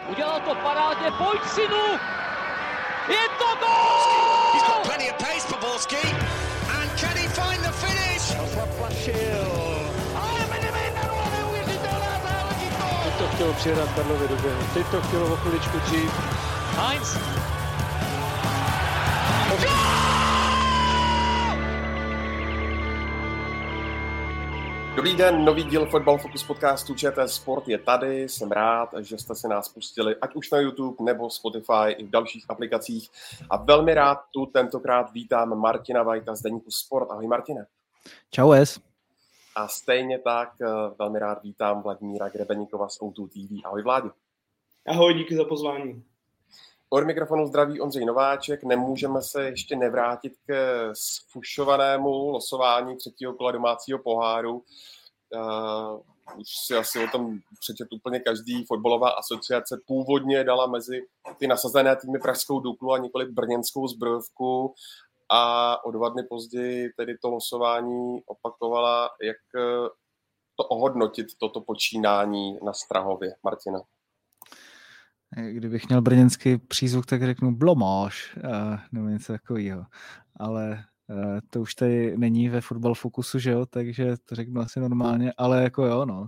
Udělal to parádně, pojď synu! Je to gól! He's got plenty of pace for Borski. And can he find the finish? Ale Medvedev, neuvěřitelná záležitost! Teď to chtělo přihrát Karlovi do běhu, teď to chtělo o chviličku dřív. Heinz! Dobrý den, nový díl Football Focus podcastu ČT Sport je tady. Jsem rád, že jste si nás pustili ať už na YouTube nebo Spotify i v dalších aplikacích. A velmi rád tu tentokrát vítám Martina Vajta z deníku Sport. Ahoj Martine. Čau Es. A stejně tak velmi rád vítám Vladimíra Grebeníkova z O2 TV. Ahoj Vládi. Ahoj, díky za pozvání. Od mikrofonu zdraví Ondřej Nováček. Nemůžeme se ještě nevrátit k sfušovanému losování třetího kola domácího poháru. Už si asi o tom přečet úplně každý. Fotbalová asociace původně dala mezi ty nasazené týmy Pražskou Duklu a nikoli brněnskou Zbrojovku. A o 2 dny později tedy to losování opakovala. Jak to ohodnotit, toto počínání na Strahově, Martina? Kdybych měl brněnský přízvuk, tak řeknu blomáž, nebo něco takového. Ale to už tady není ve Football Focusu, že jo, takže to řeknu asi normálně, ale jako jo, no.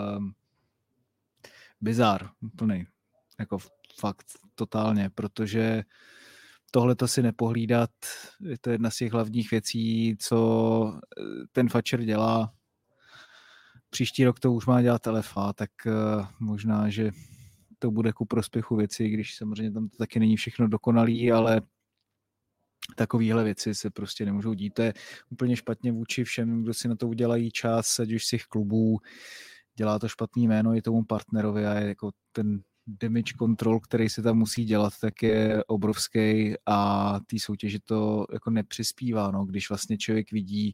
Bizár, úplný. Jako fakt totálně, protože tohle to si nepohlídat, je to jedna z těch hlavních věcí, co ten fačer dělá. Příští rok to už má dělat LFA, tak možná, že to bude ku prospěchu věci, když samozřejmě tam to taky není všechno dokonalý, ale takovéhle věci se prostě nemůžou dít. To je úplně špatně vůči všem, kdo si na to udělají čas, ať už z těch klubů, dělá to špatný jméno i tomu partnerovi a je jako ten damage control, který se tam musí dělat, tak je obrovský a té soutěži to jako nepřispívá, no, když vlastně člověk vidí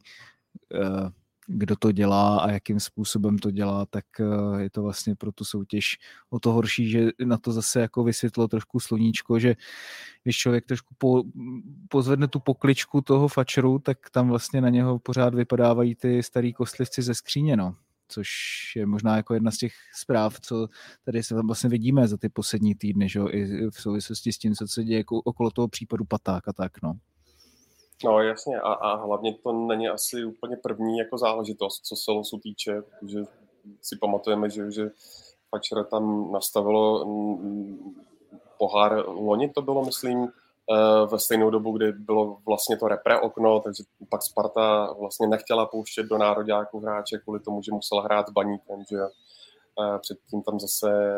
kdo to dělá a jakým způsobem to dělá, tak je to vlastně pro tu soutěž o to horší, že na to zase jako vysvětlo trošku sluníčko, že když člověk trošku pozvedne tu pokličku toho fačeru, tak tam vlastně na něho pořád vypadávají ty starý kostlivci ze skříně, no. Což je možná jako jedna z těch zpráv, co tady se tam vlastně vidíme za ty poslední týdny, že jo, i v souvislosti s tím, co se děje okolo toho případu Paták a tak, no. No jasně a hlavně to není asi úplně první jako záležitost, co se losu týče, protože si pamatujeme, že Fatscher tam nastavilo pohár loni, to bylo, myslím, ve stejnou dobu, kdy bylo vlastně to repre okno, takže pak Sparta vlastně nechtěla pouštět do nároďáku hráče kvůli tomu, že musela hrát s Baníkem, že předtím tam zase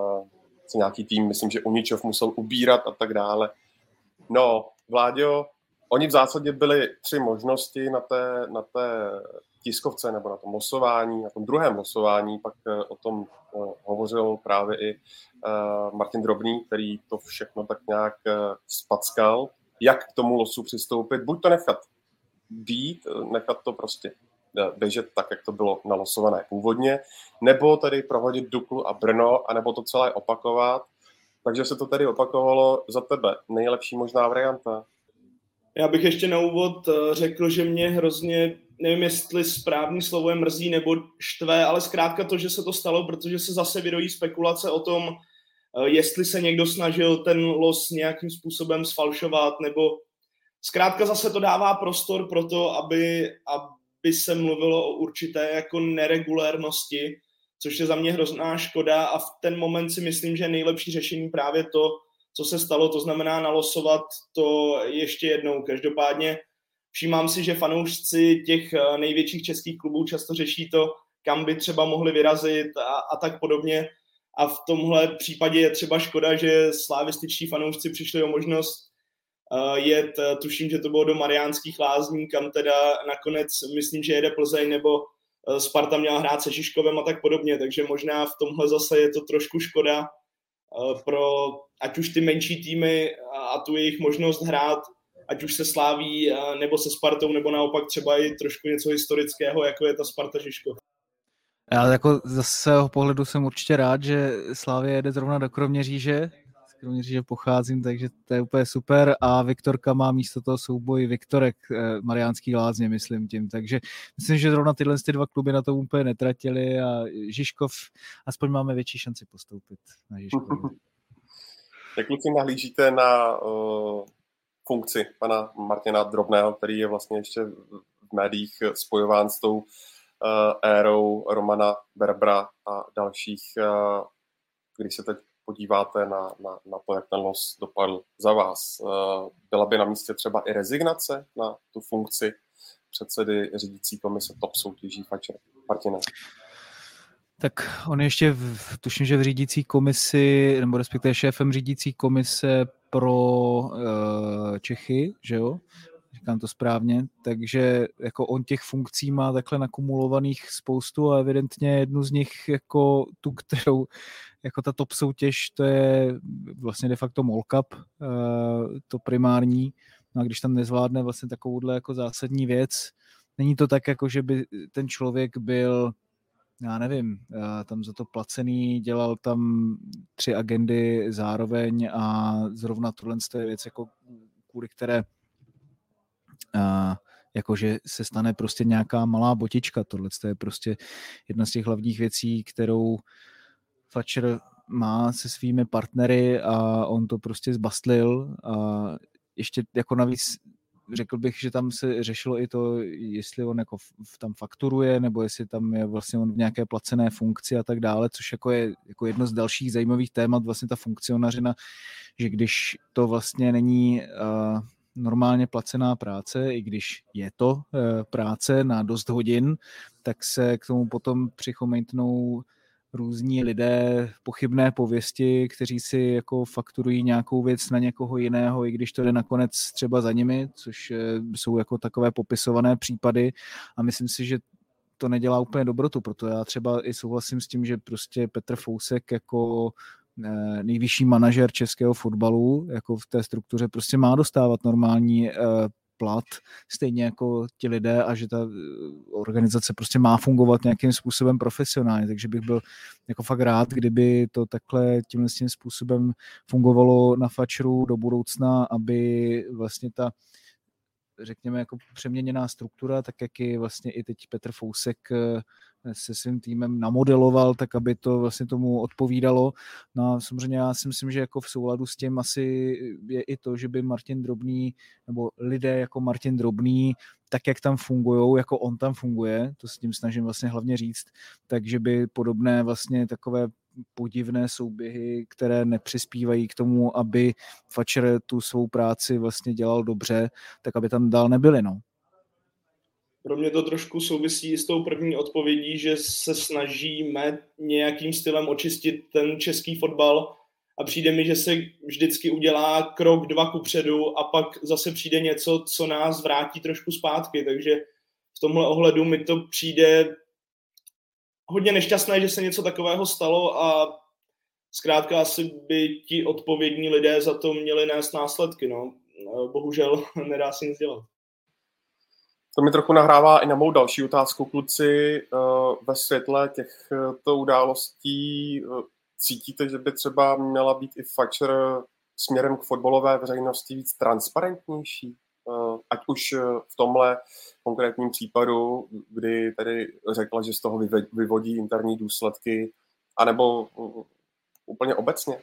nějaký tým, myslím, že Uničov musel ubírat a tak dále. No, Vláďo, oni v zásadě byly 3 možnosti na té tiskovce nebo na tom losování, na tom druhém losování, pak o tom hovořil právě i Martin Drobný, který to všechno tak nějak spackal, jak k tomu losu přistoupit, buď to nechat být, nechat to prostě běžet tak, jak to bylo nalosované původně, nebo tady prohodit Duklu a Brno, anebo to celé opakovat. Takže se to tady opakovalo. Za tebe nejlepší možná varianta? Já bych ještě na úvod řekl, že mě hrozně, nevím, jestli správný slovo je mrzí nebo štve, ale zkrátka to, že se to stalo, protože se zase vyrojí spekulace o tom, jestli se někdo snažil ten los nějakým způsobem sfalšovat, nebo zkrátka zase to dává prostor pro to, aby se mluvilo o určité jako neregulérnosti, což je za mě hrozná škoda a v ten moment si myslím, že je nejlepší řešení právě to, co se stalo, to znamená nalosovat to ještě jednou. Každopádně všímám si, že fanoušci těch největších českých klubů často řeší to, kam by třeba mohli vyrazit a tak podobně. A v tomhle případě je třeba škoda, že slavističtí fanoušci přišli o možnost jet, tuším, že to bylo do Mariánských Lázní, kam teda nakonec myslím, že jede Plzeň, nebo Sparta měla hrát se Žižkovem a tak podobně, takže možná v tomhle zase je to trošku škoda pro ať už ty menší týmy a tu jejich možnost hrát, ať už se Slaví nebo se Spartou, nebo naopak třeba i trošku něco historického, jako je ta Sparta Žižkov. Já jako ze svého pohledu jsem určitě rád, že Slavia jede zrovna do Kroměříže, Kroměříže pocházím, takže to je úplně super a Viktorka má místo toho souboj Viktorek, Mariánský Lázně, myslím tím, takže myslím, že zrovna tyhle dva kluby na to úplně netratili a Žižkov, aspoň máme větší šanci postoupit na Žižkově. Jak kluci nahlížíte na funkci pana Martina Drobného, který je vlastně ještě v médiích spojován s tou érou Romana Berbera a dalších, když se teď podíváte na to, jak ten los dopadl za vás. Byla by na místě třeba i rezignace na tu funkci předsedy řídící komise top soutěží Fatcher? Martine. Tak on ještě, tuším, že v řídící komisi, nebo respektive šéfem řídící komise pro Čechy, že jo? Říkám to správně, takže jako on těch funkcí má takhle nakumulovaných spoustu a evidentně jednu z nich jako tu, kterou jako ta top soutěž, to je vlastně de facto MOL Cup, to primární, no a když tam nezvládne vlastně takovouhle jako zásadní věc, není to tak jako, že by ten člověk byl, já nevím, tam za to placený, dělal tam 3 agendy zároveň a zrovna tohle je věc, jako kvůli které jakože se stane prostě nějaká malá botička. Tohle je prostě jedna z těch hlavních věcí, kterou Fatcher má se svými partnery a on to prostě zbastlil a ještě jako navíc řekl bych, že tam se řešilo i to, jestli on jako tam fakturuje, nebo jestli tam je vlastně on v nějaké placené funkci a tak dále, což jako je jako jedno z dalších zajímavých témat, vlastně ta funkcionařina, že když to vlastně není normálně placená práce, i když je to práce na dost hodin, tak se k tomu potom přichomejtnou různí lidé pochybné pověsti, kteří si jako fakturují nějakou věc na někoho jiného, i když to jde nakonec třeba za nimi, což jsou jako takové popisované případy a myslím si, že to nedělá úplně dobrotu, proto já třeba i souhlasím s tím, že prostě Petr Fousek jako nejvyšší manažer českého fotbalu, jako v té struktuře prostě má dostávat normální plat, stejně jako ti lidé a že ta organizace prostě má fungovat nějakým způsobem profesionálně, takže bych byl jako fakt rád, kdyby to takhle tímhle způsobem fungovalo na Fatcheru do budoucna, aby vlastně ta řekněme jako přeměněná struktura, tak jak je vlastně i teď Petr Fousek se svým týmem namodeloval, tak aby to vlastně tomu odpovídalo. No a samozřejmě já si myslím, že jako v souladu s tím asi je i to, že by Martin Drobný, nebo lidé jako Martin Drobný, tak jak tam fungujou, jako on tam funguje, to s tím snažím vlastně hlavně říct, takže by podobné vlastně takové podivné souběhy, které nepřispívají k tomu, aby Fatcher tu svou práci vlastně dělal dobře, tak aby tam dál nebyly, no. Pro mě to trošku souvisí s tou první odpovědí, že se snažíme nějakým stylem očistit ten český fotbal a přijde mi, že se vždycky udělá krok 2 kupředu a pak zase přijde něco, co nás vrátí trošku zpátky, takže v tomhle ohledu mi to přijde hodně nešťastné, že se něco takového stalo a zkrátka asi by ti odpovědní lidé za to měli nést následky, no. Bohužel nedá se nic dělat. To mi trochu nahrává i na mou další otázku, kluci. Ve světle těchto událostí cítíte, že by třeba měla být i Fatcher směrem k fotbalové veřejnosti víc transparentnější? Ať už v tomhle konkrétním případu, kdy tedy řekla, že z toho vyvodí interní důsledky, anebo úplně obecně?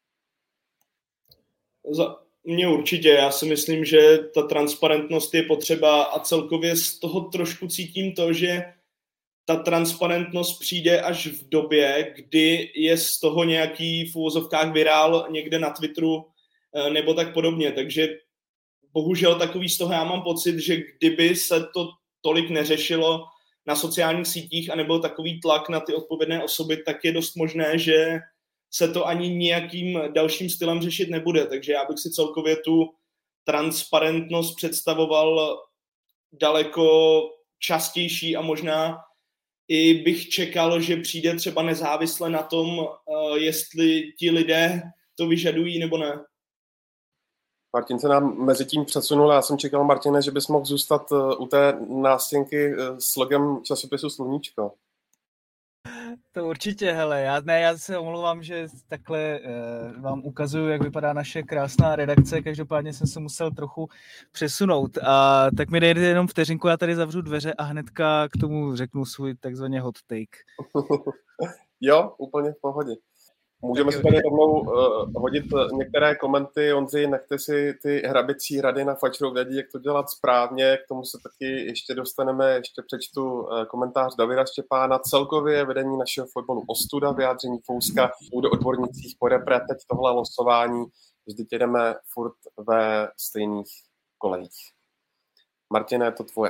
Za mě určitě. Já si myslím, že ta transparentnost je potřeba a celkově z toho trošku cítím to, že ta transparentnost přijde až v době, kdy je z toho nějaký v uvozovkách virál někde na Twitteru nebo tak podobně. Takže bohužel takový z toho já mám pocit, že kdyby se to tolik neřešilo na sociálních sítích a nebyl takový tlak na ty odpovědné osoby, tak je dost možné, že se to ani nějakým dalším stylem řešit nebude. Takže já bych si celkově tu transparentnost představoval daleko častější a možná i bych čekal, že přijde třeba nezávisle na tom, jestli ti lidé to vyžadují nebo ne. Martin se nám mezi tím přesunul. Já jsem čekal, Martine, že bys mohl zůstat u té nástěnky s logem časopisu Sluníčko. To určitě, hele, já se omlouvám, že takhle vám ukazuju, jak vypadá naše krásná redakce, každopádně jsem se musel trochu přesunout. A tak mi dejte jenom vteřinku, já tady zavřu dveře a hnedka k tomu řeknu svůj takzvaně hot take. Jo, úplně v pohodě. Můžeme si tady rovnou hodit některé komenty. Ondřej, nechte si ty hrabicí rady na Fatcheru vědí, jak to dělat správně. K tomu se taky ještě dostaneme. Ještě přečtu komentář Davida Štěpána. Celkově vedení našeho fotbalu ostuda, vyjádření Fouska, bude odbornicích po repre. Teď tohle losování, vždyť jedeme furt ve stejných kolejích. Martine, je to tvoje.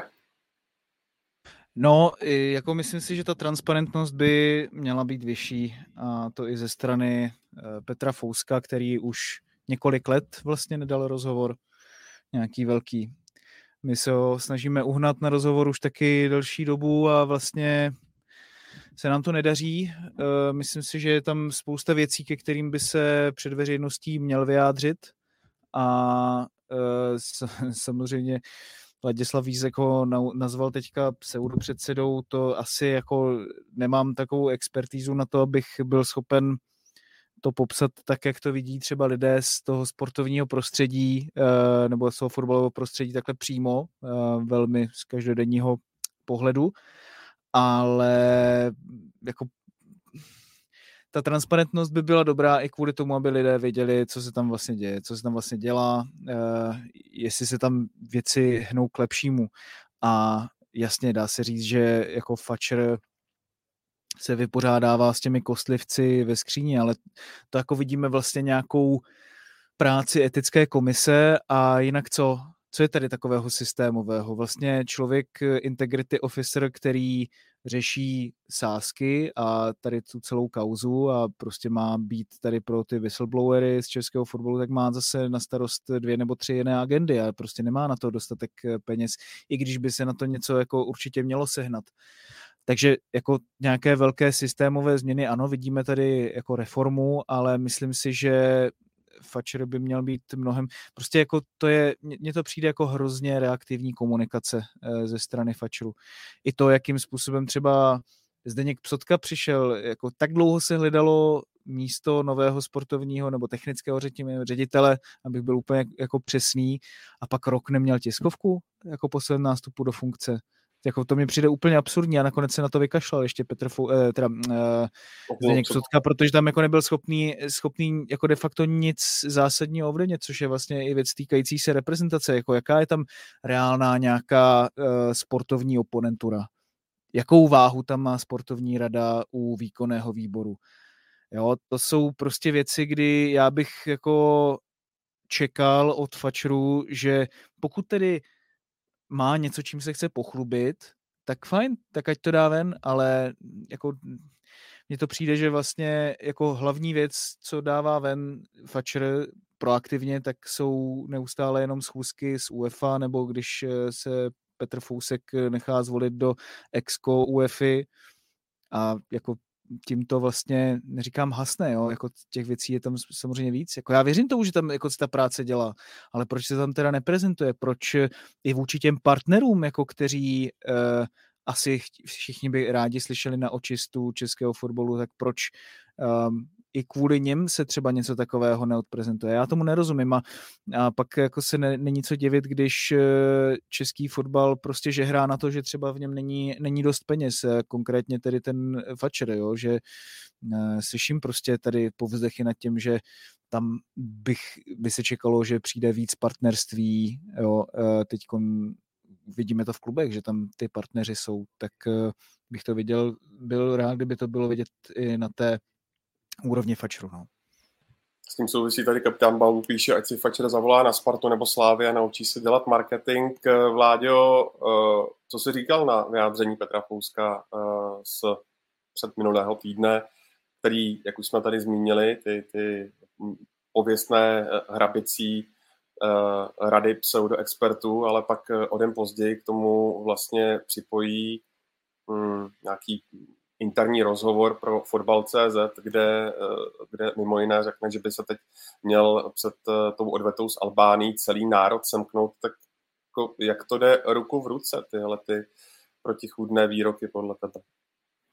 No, jako myslím si, že ta transparentnost by měla být vyšší, a to i ze strany Petra Fouska, který už několik let vlastně nedal rozhovor nějaký velký. My se ho snažíme uhnat na rozhovor už taky delší dobu a vlastně se nám to nedaří. Myslím si, že je tam spousta věcí, ke kterým by se před veřejností měl vyjádřit a samozřejmě Ladislav Vízek ho nazval teďka pseudopředsedou, to asi jako nemám takovou expertízu na to, abych byl schopen to popsat tak, jak to vidí třeba lidé z toho sportovního prostředí nebo z toho fotbalového prostředí takhle přímo, velmi z každodenního pohledu, ale jako ta transparentnost by byla dobrá i kvůli tomu, aby lidé věděli, co se tam vlastně děje, co se tam vlastně dělá, jestli se tam věci hnou k lepšímu. A jasně dá se říct, že jako Fatcher se vypořádává s těmi kostlivci ve skříni, ale to jako vidíme vlastně nějakou práci etické komise a jinak co? Co je tady takového systémového? Vlastně člověk, integrity officer, který řeší sázky a tady tu celou kauzu a prostě má být tady pro ty whistleblowery z českého fotbalu, tak má zase na starost 2 nebo 3 jiné agendy a prostě nemá na to dostatek peněz, i když by se na to něco jako určitě mělo sehnat. Takže jako nějaké velké systémové změny, ano, vidíme tady jako reformu, ale myslím si, že Fatcher by měl být mnohem, prostě jako to je, mně to přijde jako hrozně reaktivní komunikace ze strany Fatcheru. I to, jakým způsobem třeba Zdeněk Psotka přišel, jako tak dlouho se hledalo místo nového sportovního nebo technického ředitele, abych byl úplně jako přesný, a pak rok neměl tiskovku jako po svém nástupu do funkce. Jako to mi přijde úplně absurdní a nakonec se na to vykašlal ještě Zdeněk Psotka, protože tam jako nebyl schopný jako de facto nic zásadního ovlivnit, což je vlastně i věc týkající se reprezentace, jako jaká je tam reálná nějaká sportovní oponentura. Jakou váhu tam má sportovní rada u výkonného výboru. Jo, to jsou prostě věci, kdy já bych jako čekal od Fatcheru, že pokud tedy má něco, čím se chce pochlubit, tak fajn, tak ať to dá ven, ale jako mně to přijde, že vlastně jako hlavní věc, co dává ven Fatcher proaktivně, tak jsou neustále jenom schůzky s UEFA, nebo když se Petr Fousek nechá zvolit do exco UEFI a jako tím to vlastně, neříkám hasne, jo, jako těch věcí je tam samozřejmě víc. Jako já věřím tomu, že tam jako ta práce dělá, ale proč se tam teda neprezentuje? Proč i vůči těm partnerům, jako kteří asi všichni by rádi slyšeli na očistu českého fotbalu, tak proč i kvůli nim se třeba něco takového neodprezentuje. Já tomu nerozumím a pak jako se není co divit, když český fotbal prostě žehrá na to, že třeba v něm není dost peněz, konkrétně tedy ten Fatcher, jo, že slyším prostě tady povzdechy nad tím, že tam by se čekalo, že přijde víc partnerství, jo, teďkon vidíme to v klubech, že tam ty partneři jsou, tak bych to viděl, byl rád, kdyby to bylo vidět i na té úrovni Fatcheru. No. S tím souvisí tady kapitán Balu, píše, ať si Fatcher zavolá na Spartu nebo Slávy a naučí se dělat marketing. Vláďo, co jsi říkal na vyjádření Petra Fouska před minulého týdne, který, jak už jsme tady zmínili, ty pověstné hrabicí rady pseudoexpertů, ale pak o den později k tomu vlastně připojí nějaký interní rozhovor pro Fotbal.cz, kde mimo jiné řekne, že by se teď měl před tou odvetou s Albánií celý národ semknout, tak jako, jak to jde ruku v ruce, tyhle ty protichůdné výroky podle tebe?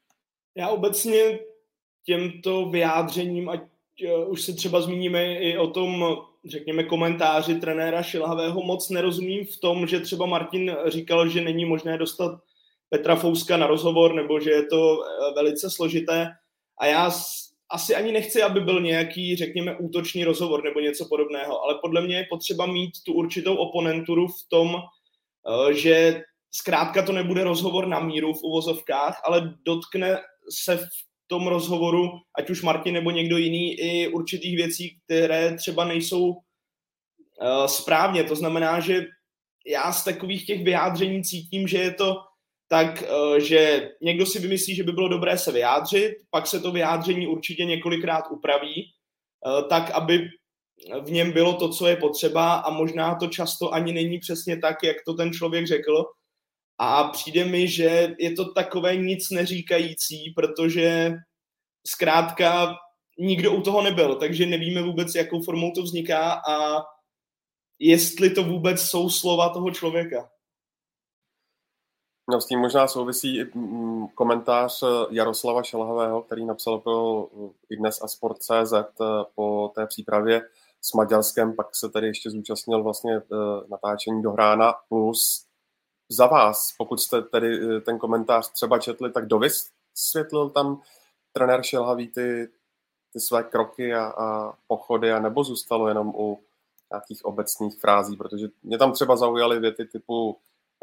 Já obecně těmto vyjádřením, ať už se třeba zmíníme i o tom, řekněme, komentáři trenéra Šilhavého, moc nerozumím v tom, že třeba Martin říkal, že není možné dostat Petra Fouska na rozhovor, nebo že je to velice složité. A já asi ani nechci, aby byl nějaký, řekněme, útočný rozhovor nebo něco podobného, ale podle mě je potřeba mít tu určitou oponenturu v tom, že zkrátka to nebude rozhovor na míru v uvozovkách, ale dotkne se v tom rozhovoru, ať už Martin nebo někdo jiný, i určitých věcí, které třeba nejsou správně. To znamená, že já z takových těch vyjádření cítím, že je to tak, že někdo si vymyslí, že by bylo dobré se vyjádřit, pak se to vyjádření určitě několikrát upraví, tak, aby v něm bylo to, co je potřeba, a možná to často ani není přesně tak, jak to ten člověk řekl. A přijde mi, že je to takové nic neříkající, protože zkrátka nikdo u toho nebyl, takže nevíme vůbec, jakou formou to vzniká a jestli to vůbec jsou slova toho člověka. No, s tím možná souvisí i komentář Jaroslava Šilhavého, který napsal pro iDnes a Sport.cz po té přípravě s Maďarskem, pak se tady ještě zúčastnil vlastně natáčení Dohrána plus. Za vás, pokud jste tedy ten komentář třeba četli, tak dovysvětlil tam trenér Šilhavý ty své kroky a pochody, a nebo zůstalo jenom u nějakých obecných frází, protože mě tam třeba zaujaly věty typu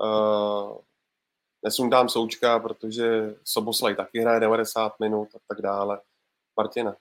nesundám Součka, protože Soboslaj taky hraje 90 minut a tak dále. Martina.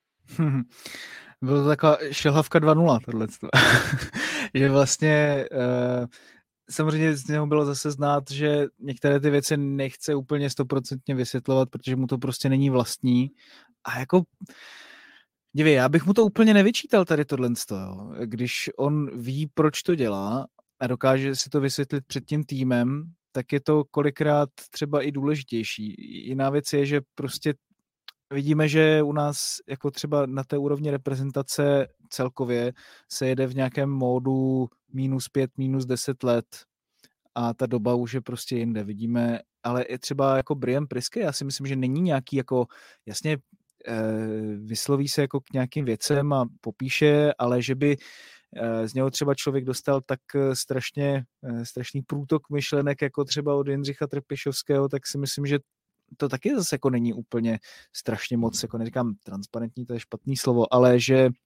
Bylo to taková Šilhavka 2.0 tohleto. Že vlastně samozřejmě z něho bylo zase znát, že některé ty věci nechce úplně 100% vysvětlovat, protože mu to prostě není vlastní. A jako dívej, já bych mu to úplně nevyčítal tady tohleto, jo. Když on ví, proč to dělá a dokáže si to vysvětlit před tím týmem, tak je to kolikrát třeba i důležitější. Jiná věc je, že prostě vidíme, že u nás jako třeba na té úrovni reprezentace celkově se jede v nějakém módu -5, -10 let a ta doba už je prostě jinde. Vidíme, ale i třeba jako Brian Priske, já si myslím, že není nějaký jako jasně vysloví se jako k nějakým věcem a popíše, ale že by z něho třeba člověk dostal tak strašný průtok myšlenek, jako třeba od Jindřicha Trpišovského, tak si myslím, že to taky zase jako není úplně strašně moc, jako neříkám transparentní, to je špatný slovo, ale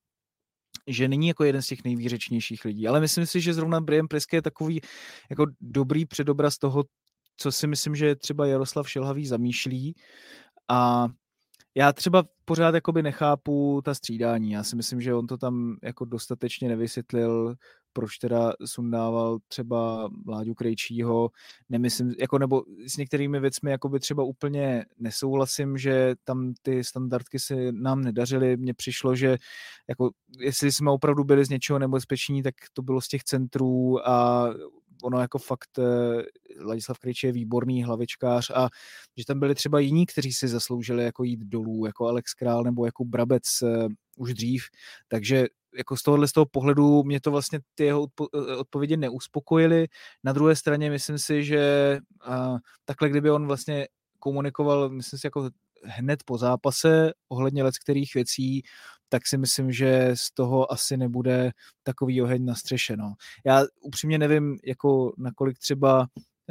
že není jako jeden z těch nejvýřečnějších lidí. Ale myslím si, že zrovna Brian Priske je takový jako dobrý předobraz toho, co si myslím, že třeba Jaroslav Šilhavý zamýšlí. A já třeba pořád jakoby nechápu ta střídání. Já si myslím, že on to tam jako dostatečně nevysvětlil, proč teda sundával třeba Láďu Krejčího. Nemyslím, jako nebo s některými věcmi jakoby třeba úplně nesouhlasím, že tam ty standardky se nám nedařily. Mně přišlo, že jako jestli jsme opravdu byli z něčeho nebezpeční, tak to bylo z těch centrů a ono jako fakt Ladislav Krejčí je výborný hlavičkář a že tam byli třeba jiní, kteří si zasloužili jako jít dolů, jako Alex Král nebo jako Brabec už dřív, takže jako z toho pohledu mě to vlastně ty jeho odpovědi neuspokojily. Na druhé straně myslím si, že takhle kdyby on vlastně komunikoval, myslím si jako hned po zápase ohledně leckterých věcí, tak si myslím, že z toho asi nebude takový oheň na střeše. No. Já upřímně nevím, jako nakolik třeba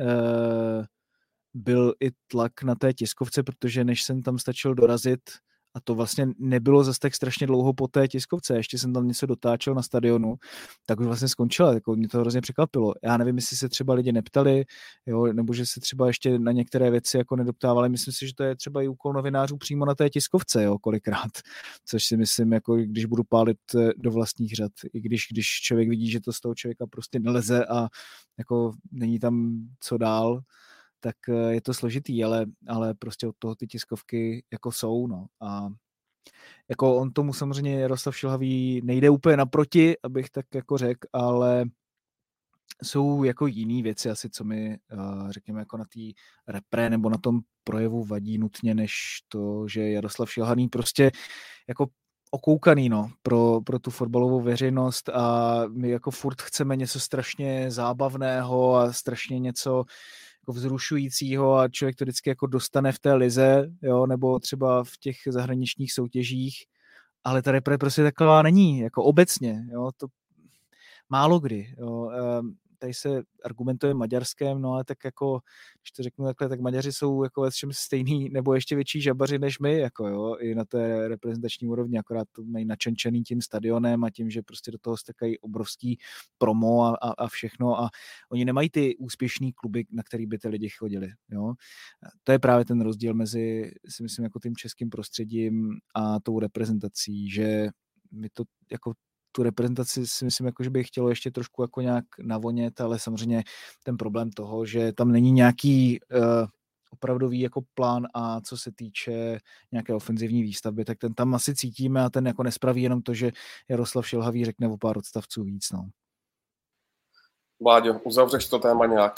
byl i tlak na té tiskovce, protože než jsem tam stačil dorazit, a to vlastně nebylo zase tak strašně dlouho po té tiskovce, ještě jsem tam něco dotáčel na stadionu, tak už vlastně skončila, jako mě to hrozně překvapilo. Já nevím, jestli se třeba lidi neptali, jo, nebo že se třeba ještě na některé věci jako nedoptávali. Myslím si, že to je třeba i úkol novinářů přímo na té tiskovce, jo, kolikrát, což si myslím, jako když budu pálit do vlastních řad, i když člověk vidí, že to z toho člověka prostě neleze a jako není tam co dál, tak je to složitý, ale prostě od toho ty tiskovky jako jsou, no. A jako on tomu samozřejmě Jaroslav Šilhavý nejde úplně naproti, abych tak jako řekl, ale jsou jako jiný věci asi, co mi, řekněme, jako na té repre nebo na tom projevu vadí nutně, než to, že Jaroslav Šilhavý prostě jako okoukaný, no, pro tu fotbalovou veřejnost a my jako furt chceme něco strašně zábavného a strašně něco jako vzrušujícího a člověk to vždycky jako dostane v té lize, jo, nebo třeba v těch zahraničních soutěžích, ale ta repre prostě taková není, jako obecně, jo, to málo kdy, jo. Tady se argumentuje Maďarskem, no ale tak jako, když to řeknu takhle, tak Maďaři jsou jako ve všem stejný, nebo ještě větší žabaři než my, jako jo, i na té reprezentační úrovni, akorát to mají načenčený tím stadionem a tím, že prostě do toho stekají obrovský promo a všechno a oni nemají ty úspěšný kluby, na který by ty lidi chodili, jo. To je právě ten rozdíl mezi, si myslím, jako tím českým prostředím a tou reprezentací, že my to jako tu reprezentaci si myslím, jako, že by chtělo ještě trošku jako nějak navonět, ale samozřejmě ten problém toho, že tam není nějaký opravdový jako plán a co se týče nějaké ofenzivní výstavby, tak ten tam asi cítíme a ten jako nespraví jenom to, že Jaroslav Šilhavý řekne o pár odstavců víc. No. Vláďo, uzavřeš to téma nějak?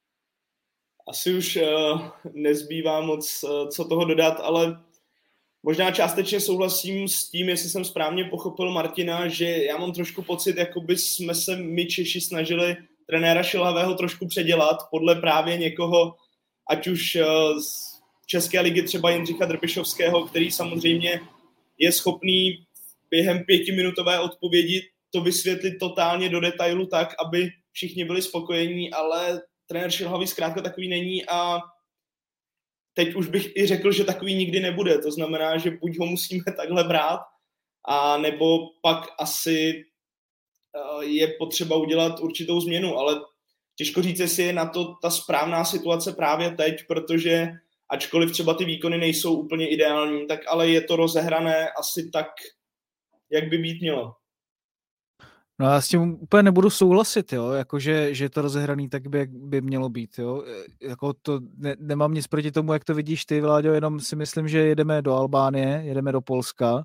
Asi už nezbývá moc co toho dodat, ale možná částečně souhlasím s tím, jestli jsem správně pochopil Martina, že já mám trošku pocit, jako by jsme se my Češi snažili trenéra Šilhavého trošku předělat podle právě někoho, ať už z České ligy třeba Jindřicha Drpišovského, který samozřejmě je schopný během 5minutové odpovědi to vysvětlit totálně do detailu tak, aby všichni byli spokojení, ale trenér Šilhavý zkrátka takový není a teď už bych i řekl, že takový nikdy nebude. To znamená, že buď ho musíme takhle brát, a nebo pak asi je potřeba udělat určitou změnu. Ale těžko říct, jestli je na to ta správná situace právě teď, protože ačkoliv třeba ty výkony nejsou úplně ideální, tak ale je to rozehrané asi tak, jak by být mělo. No já s tím úplně nebudu souhlasit, jo, jakože, že je to rozehraný tak, by mělo být, jo, jako to nemám nic proti tomu, jak to vidíš ty, Vláďo, jenom si myslím, že jedeme do Albánie, jedeme do Polska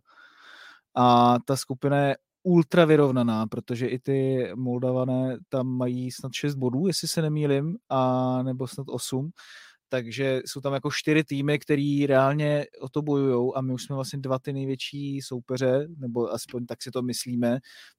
a ta skupina je ultra vyrovnaná, protože i ty Moldavané tam mají snad 6 bodů, jestli se nemýlim, a nebo snad 8, takže jsou tam jako 4 týmy, který reálně o to bojujou a my už jsme vlastně 2 ty největší soupeře, nebo aspoň tak si to myslíme,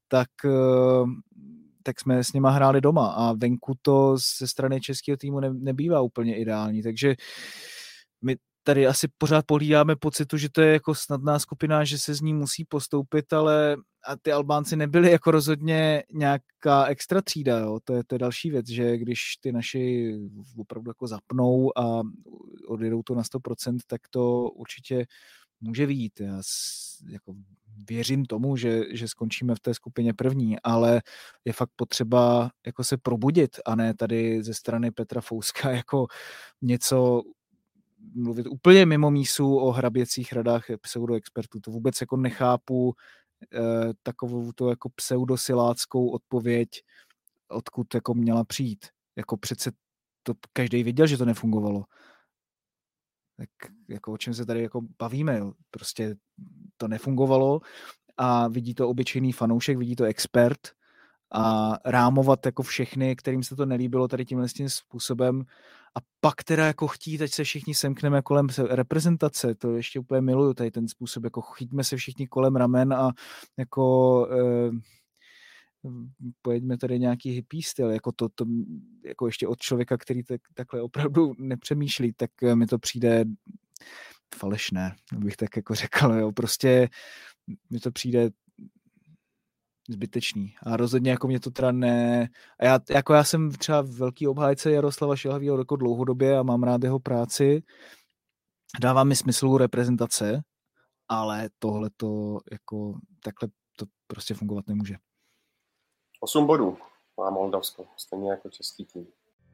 tak jsme s nima hráli doma a venku to ze strany českého týmu nebývá úplně ideální, takže my tady asi pořád pohlídáme pocitu, že to je jako snadná skupina, že se z ní musí postoupit, ale a ty Albánci nebyli jako rozhodně nějaká extra třída, jo? To je další věc, že když ty naši opravdu jako zapnou a odjedou to na 100%, tak to určitě může vyjít. Já jako věřím tomu, že skončíme v té skupině první, ale je fakt potřeba jako se probudit a ne tady ze strany Petra Fouska jako něco mluvit úplně mimo mísu o hraběcích radách pseudoexpertů. To vůbec jako nechápu takovou to jako pseudosiláckou odpověď, odkud jako měla přijít. Jako přece to každý věděl, že to nefungovalo. Tak jako o čem se tady jako bavíme, jo? Prostě to nefungovalo a vidí to obyčejný fanoušek, vidí to expert a rámovat jako všechny, kterým se to nelíbilo tady tímhle tím způsobem a pak teda jako chtít, ať se všichni semkneme kolem reprezentace, to ještě úplně miluju tady ten způsob, jako chyťme se všichni kolem ramen a jako pojeďme tady nějaký hippie styl, jako to jako ještě od člověka, který takhle opravdu nepřemýšlí, tak mi to přijde falešné, bych tak jako řekl, jo, prostě mi to přijde zbytečný. A rozhodně jako mě to teda ne... A já jsem třeba velký obhájce Jaroslava Šilhavýho jako dlouhodobě a mám rád jeho práci. Dává mi smysl reprezentace, ale tohle to jako takhle to prostě fungovat nemůže. 8 bodů má Moldavsko, stejně jako český tým.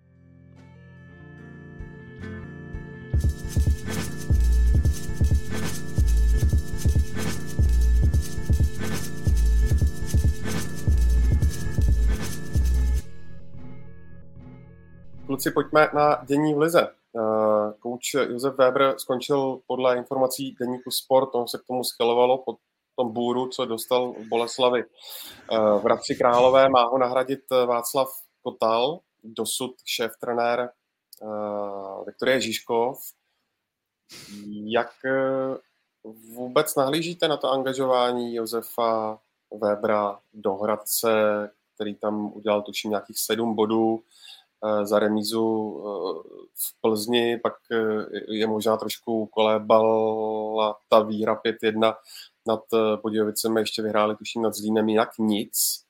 Kluci, pojďme na dění v lize. Kouč Josef Weber skončil podle informací deníku Sport, on se k tomu schelovalo po tom bůru, co dostal v Boleslavi v Hradci Králové. Má ho nahradit Václav Kotal, dosud šéf-trenér Viktorie Žižkov. Jak vůbec nahlížíte na to angažování Josefa Webera do Hradce, který tam udělal tuším nějakých 7 bodů? za remízu v Plzni, pak je možná trošku kolébala ta výhra 5-1 nad Budějovicemi, ještě vyhráli tuším nad Zlínem, jinak nic.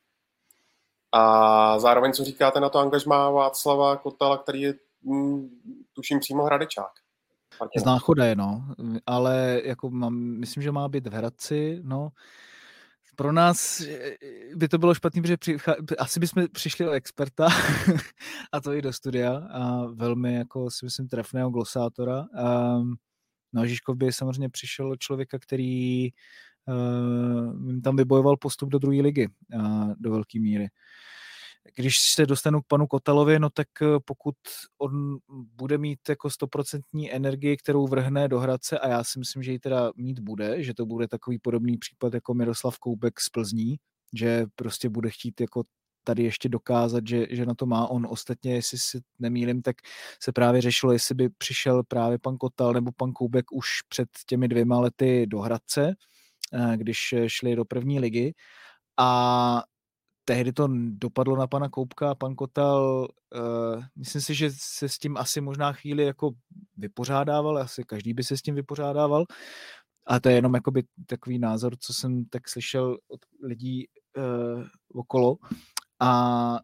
A zároveň, co říkáte na to angažmá Václava Kotala, který je tuším přímo Hradečák? Z Náchoda, no, ale jako myslím, že má být v Hradci, no. Pro nás by to bylo špatný, protože asi bychom přišli o experta a to i do studia a velmi, jako si myslím, trefného glosátora. No, Žižkov by samozřejmě přišel člověka, který tam vybojoval postup do druhé ligy do velké míry. Když se dostanu k panu Kotalovi, no tak pokud on bude mít jako 100% energii, kterou vrhne do Hradce, a já si myslím, že ji teda mít bude, že to bude takový podobný případ jako Miroslav Koubek z Plzní, že prostě bude chtít jako tady ještě dokázat, že na to má on. Ostatně, jestli si nemýlim, tak se právě řešilo, jestli by přišel právě pan Kotal nebo pan Koubek už před těmi 2 lety do Hradce, když šli do první ligy, a tehdy to dopadlo na pana Koubka a pan Kotal, myslím si, že se s tím asi možná chvíli jako vypořádával, asi každý by se s tím vypořádával, a to je jenom jakoby takový názor, co jsem tak slyšel od lidí okolo, a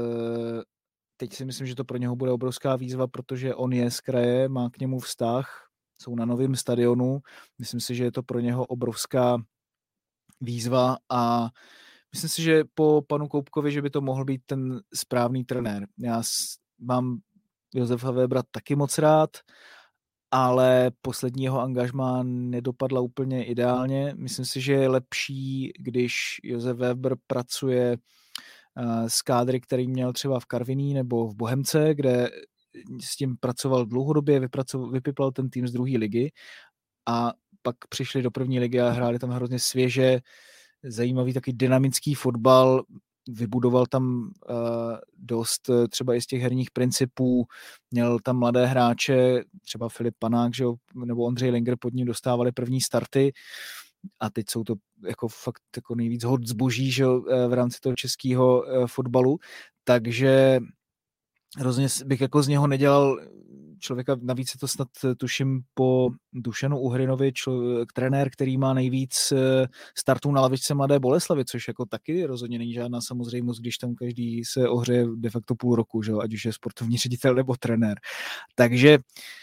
teď si myslím, že to pro něho bude obrovská výzva, protože on je z kraje, má k němu vztah, jsou na novém stadionu, myslím si, že je to pro něho obrovská výzva a myslím si, že po panu Koubkovi, že by to mohl být ten správný trenér. Já mám Josefa Webera taky moc rád, ale poslední jeho angažmá nedopadla úplně ideálně. Myslím si, že je lepší, když Josef Weber pracuje s kádry, který měl třeba v Karviní nebo v Bohemce, kde s tím pracoval dlouhodobě, vypiplal ten tým z druhé ligy a pak přišli do první ligy a hráli tam hrozně svěže, zajímavý taky dynamický fotbal, vybudoval tam dost třeba i z těch herních principů, měl tam mladé hráče, třeba Filip Panák, že, nebo Ondřej Linger pod ním dostávali první starty a teď jsou to jako fakt jako nejvíc hod zboží, že, v rámci toho českého fotbalu, takže hrozně bych jako z něho nedělal člověka, navíc je to snad tuším po Dušanu Uhrinovi, trenér, který má nejvíc startů na lavičce Mladé Boleslavi, což jako taky rozhodně není žádná samozřejmost, když tam každý se ohřeje de facto půl roku, že? Ať už je sportovní ředitel nebo trenér. Takže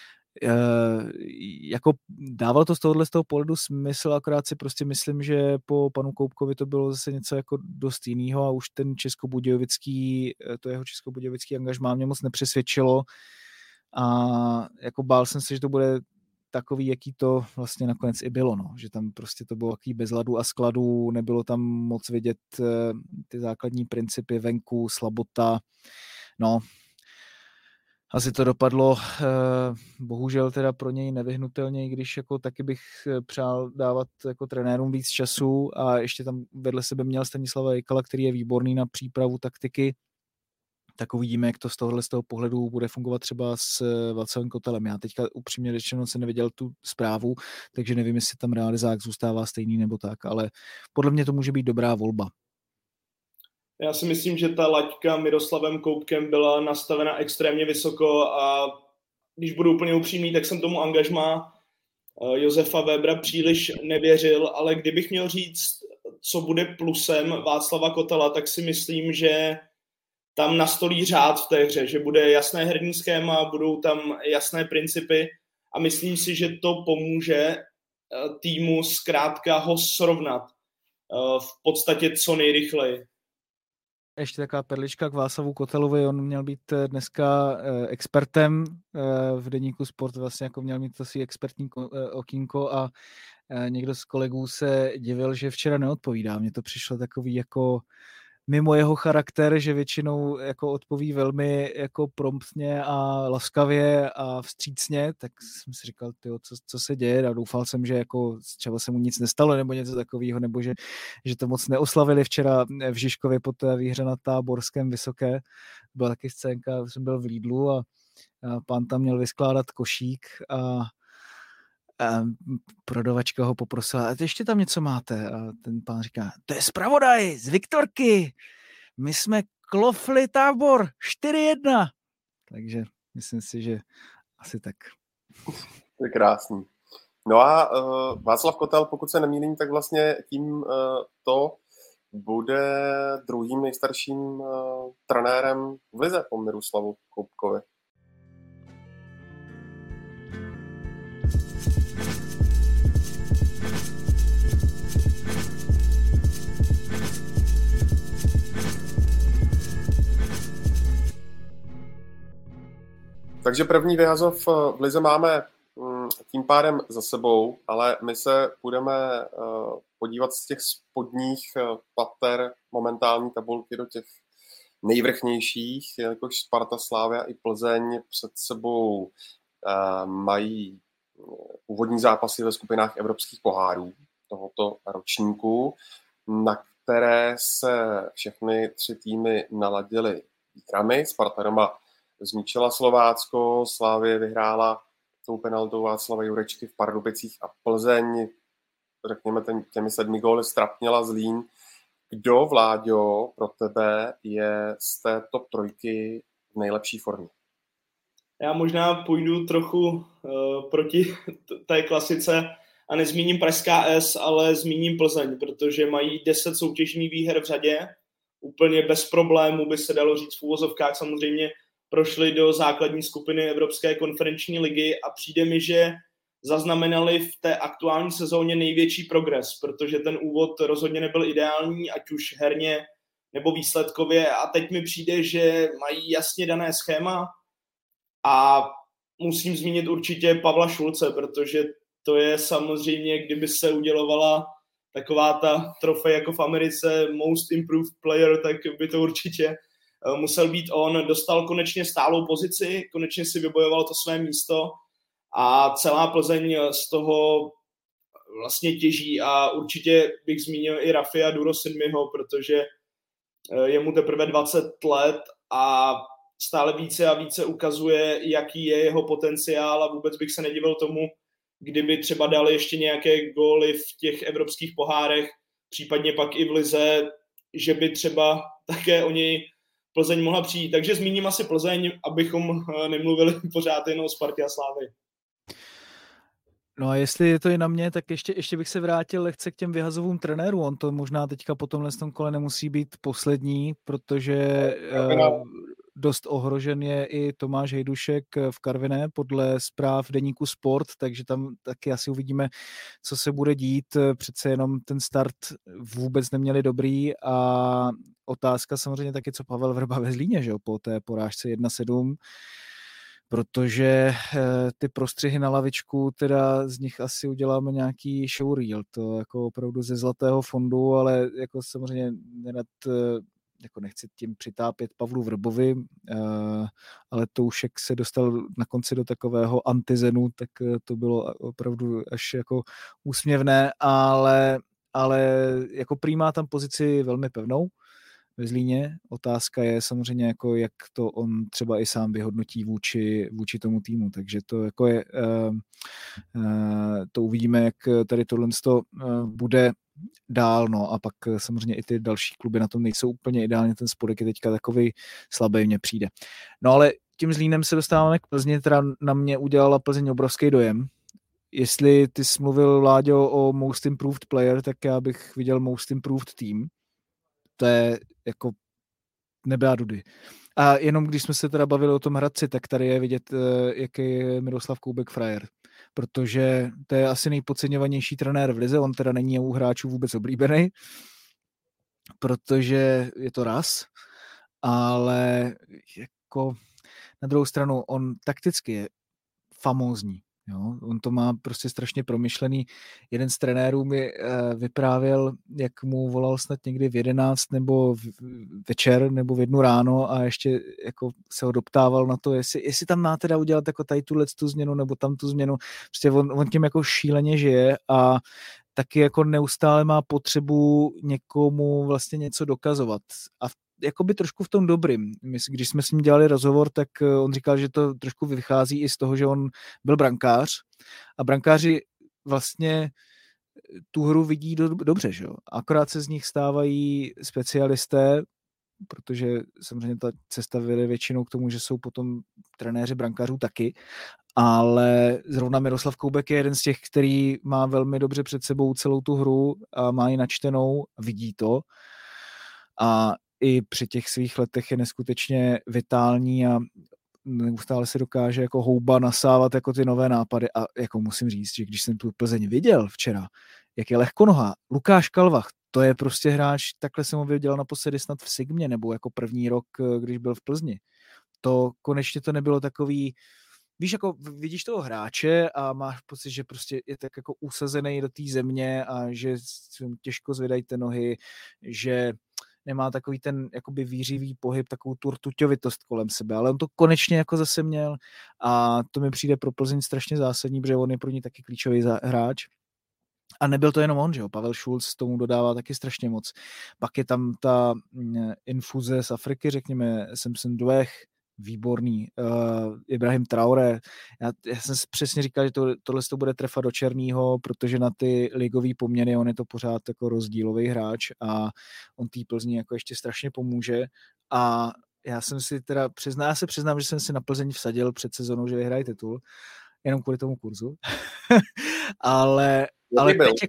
jako dával to z toho pohledu smysl, akorát si prostě myslím, že po panu Koubkovi to bylo zase něco jako dost jinýho a už ten to jeho českobudějovický angažmá mě moc nepřesvědčilo a jako bál jsem se, že to bude takový, jaký to vlastně nakonec i bylo, no. Že tam prostě to bylo takový bez ladu a skladu, nebylo tam moc vidět ty základní principy venku, slabota, no. Asi to dopadlo, bohužel teda pro něj nevyhnutelně, i když jako taky bych přál dávat jako trenérům víc času a ještě tam vedle sebe měl Stanislava Jekala, který je výborný na přípravu taktiky, tak uvidíme, jak to z toho pohledu bude fungovat třeba s Václavem Kotelem. Já teďka upřímně řečeno jsem neviděl tu zprávu, takže nevím, jestli tam realizák zůstává stejný nebo tak, ale podle mě to může být dobrá volba. Já si myslím, že ta laťka Miroslavem Koubkem byla nastavena extrémně vysoko a když budu úplně upřímný, tak jsem tomu angažmá Josefa Webera příliš nevěřil, ale kdybych měl říct, co bude plusem Václava Kotela, tak si myslím, že tam nastolí řád v té hře, že bude jasné herní schéma, budou tam jasné principy a myslím si, že to pomůže týmu zkrátka ho srovnat v podstatě co nejrychleji. Ještě taková perlička k Václavu Kotelovi, on měl být dneska expertem v deníku Sport, vlastně jako měl mít to svý expertní okýnko a někdo z kolegů se divil, že včera neodpovídá. Mně to přišlo takový jako mimo jeho charakter, že většinou jako odpoví velmi jako promptně a laskavě a vstřícně, tak jsem si říkal, tyjo, co se děje, a doufal jsem, že jako třeba se mu nic nestalo nebo něco takového, nebo že to moc neoslavili včera v Žižkově po té výhře na Táborském Vysoké. Byla taky scénka, jsem byl v Lidlu a pán tam měl vyskládat košík a prodavačka ho poprosila, a ještě tam něco máte? A ten pán říká, to je zpravodaj z Viktorky, my jsme klofli Tábor 4-1. Takže myslím si, že asi tak. To je krásný. No a Václav Kotel, pokud se nemýlím, tak vlastně tím to bude druhým nejstarším trenérem v lize po Miroslavu Koubkovi. Takže první vyhazov v lize máme tím pádem za sebou, ale my se budeme podívat z těch spodních pater momentální tabulky do těch nejvrchnějších, jakož Sparta, Slavia i Plzeň před sebou mají úvodní zápasy ve skupinách evropských pohárů tohoto ročníku, na které se všechny 3 týmy naladily výhrami. Sparta doma zničila Slovácko, Slavie vyhrála tou penaltou Václava Jurečky v Pardubicích a Plzeň, řekněme, těmi 7 góly strapněla Zlín. Kdo, Vláďo, pro tebe je z té top 3 v nejlepší formě? Já možná půjdu trochu proti té klasice a nezmíním Pražská S, ale zmíním Plzeň, protože mají 10 soutěžních výher v řadě. Úplně bez problémů by se dalo říct v úvozovkách, samozřejmě prošli do základní skupiny Evropské konferenční ligy a přijde mi, že zaznamenali v té aktuální sezóně největší progres, protože ten úvod rozhodně nebyl ideální, ať už herně nebo výsledkově, a teď mi přijde, že mají jasně dané schéma a musím zmínit určitě Pavla Šulce, protože to je samozřejmě, kdyby se udělovala taková ta trofej jako v Americe Most Improved Player, tak by to určitě musel být on. Dostal konečně stálou pozici, konečně si vybojoval to své místo a celá Plzeň z toho vlastně těží a určitě bych zmínil i Rafia Durosinmiho, protože je mu teprve 20 let a stále více a více ukazuje, jaký je jeho potenciál a vůbec bych se nedivil tomu, kdyby třeba dali ještě nějaké góly v těch evropských pohárech, případně pak i v lize, že by třeba také o něj Plzeň mohla přijít. Takže zmíním asi Plzeň, abychom nemluvili pořád jen o Spartě a Slávii. No a jestli je to i na mě, tak ještě bych se vrátil lehce k těm vyhazovým trenérům. On to možná teďka po tomhle kole nemusí být poslední, protože dost ohrožen je i Tomáš Hejdušek v Karviné podle zpráv deníku Sport, takže tam taky asi uvidíme, co se bude dít. Přece jenom ten start vůbec neměli dobrý a otázka samozřejmě taky, co Pavel Vrba ve Zlíně, že jo, po té porážce 1-7, protože ty prostřihy na lavičku, teda z nich asi uděláme nějaký showreel, to jako opravdu ze zlatého fondu, ale jako samozřejmě jako nechci tím přitápět Pavlu Vrbovi, ale Toušek se dostal na konci do takového antizenu, tak to bylo opravdu až jako úsměvné, ale jako prý má tam pozici velmi pevnou ve Zlíně. Otázka je samozřejmě, jako jak to on třeba i sám vyhodnotí vůči tomu týmu, takže to jako je, to uvidíme, jak tady tohle bude dál, no a pak samozřejmě i ty další kluby na tom nejsou úplně ideálně, ten spodek je teďka takový slabý, mně přijde. No ale tím Zlínem se dostáváme k Plzni, teda na mě udělala Plzeň obrovský dojem. Jestli ty jsi mluvil, Láďo, o Most Improved Player, tak já bych viděl Most Improved Team. To je jako nebe a dudy. A jenom když jsme se teda bavili o tom Hradci, tak tady je vidět, jaký je Miroslav Koubek frajer. Protože to je asi nejpodceňovanější trenér v lize, on teda není u hráčů vůbec oblíbený, protože je to ras, ale jako na druhou stranu on takticky je famózní. Jo? On to má prostě strašně promyšlený. Jeden z trenérů mi vyprávěl, jak mu volal snad někdy v 11 nebo večer nebo v 1 ráno a ještě jako se ho doptával na to, jestli tam má teda udělat jako tady tu změnu nebo tam tu změnu. Prostě on tím jako šíleně žije a taky jako neustále má potřebu někomu vlastně něco dokazovat. A jakoby trošku v tom dobrým. Když jsme s ním dělali rozhovor, tak on říkal, že to trošku vychází i z toho, že on byl brankář a brankáři vlastně tu hru vidí dobře, že jo? Akorát se z nich stávají specialisté, protože samozřejmě ta cesta vede většinou k tomu, že jsou potom trenéři brankářů taky, ale zrovna Miroslav Koubek je jeden z těch, který má velmi dobře před sebou celou tu hru a má ji načtenou, vidí to a i při těch svých letech je neskutečně vitální a neustále se dokáže jako houba nasávat jako ty nové nápady a jako musím říct, že když jsem tu Plzeň viděl včera, jak je lehkonohá, Lukáš Kalvach, to je prostě hráč, takhle jsem ho viděl naposledy snad v Sigmě, nebo jako první rok, když byl v Plzni. To konečně to nebylo takový, víš, jako vidíš toho hráče a máš pocit, že prostě je tak jako usazený do té země a že těžko zvedají ty nohy, že nemá takový ten jakoby výřivý pohyb, takovou tu rtuťovitost kolem sebe, ale on to konečně jako zase měl a to mi přijde pro Plzeň strašně zásadní, protože on je pro ní taky klíčový hráč. A nebyl to jenom on, že jo, Pavel Schulz tomu dodává taky strašně moc. Pak je tam ta infuze z Afriky, řekněme, Samson Dwech, výborný, Ibrahim Traoré. Já jsem přesně říkal, že tohle to bude trefa do černýho, protože na ty ligový poměry on je to pořád jako rozdílový hráč a on tý Plzni jako ještě strašně pomůže a já se přiznám, že jsem si na Plzeň vsadil před sezónou, že vyhrají titul, jenom kvůli tomu kurzu. ale teď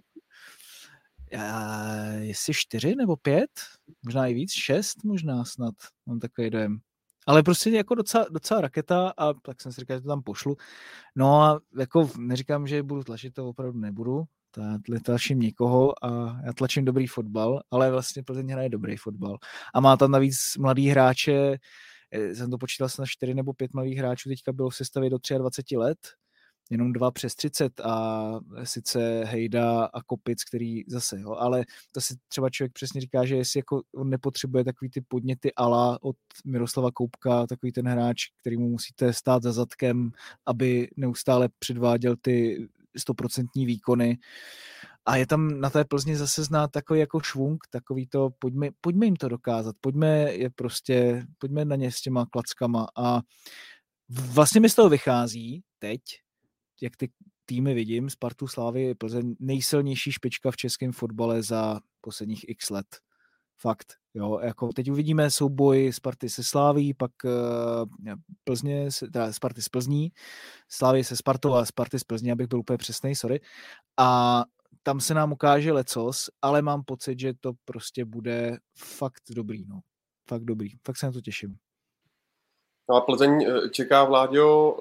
jestli 4 nebo 5, možná i víc, 6 možná snad, mám takový dojem. Ale prostě jako docela raketa a tak jsem si říkal, že to tam pošlu. No a jako neříkám, že budu tlačit, to opravdu nebudu. Tlačím nikoho a já tlačím dobrý fotbal, ale vlastně Plzeň hraje dobrý fotbal. A má tam navíc mladý hráče, jsem to počítal na 4 nebo 5 mladých hráčů, teďka bylo v sestavě do 23 let, jenom 2 přes 30 a sice Hejda a Kopic, který zase, jo, ale to si třeba člověk přesně říká, že jestli jako on nepotřebuje takový ty podněty ala od Miroslava Koubka, takový ten hráč, který mu musíte stát za zadkem, aby neustále předváděl ty 100% výkony. A je tam na té Plzni zase znát takový jako švung, takový to, pojďme jim to dokázat, pojďme na ně s těma klackama a vlastně mi z toho vychází teď, jak ty týmy vidím, Spartu, Slávy, Plzeň, nejsilnější špička v českém fotbale za posledních x let. Fakt, jo, jako teď uvidíme souboj Sparty se Sláví, pak Plzně, teda Sparty s Plzní, Slávy se Spartou a Sparty s Plzní, abych byl úplně přesnej, sorry. A tam se nám ukáže lecos, ale mám pocit, že to prostě bude fakt dobrý, no. Fakt dobrý, fakt se na to těším. No a Plzeň čeká, Vláďo,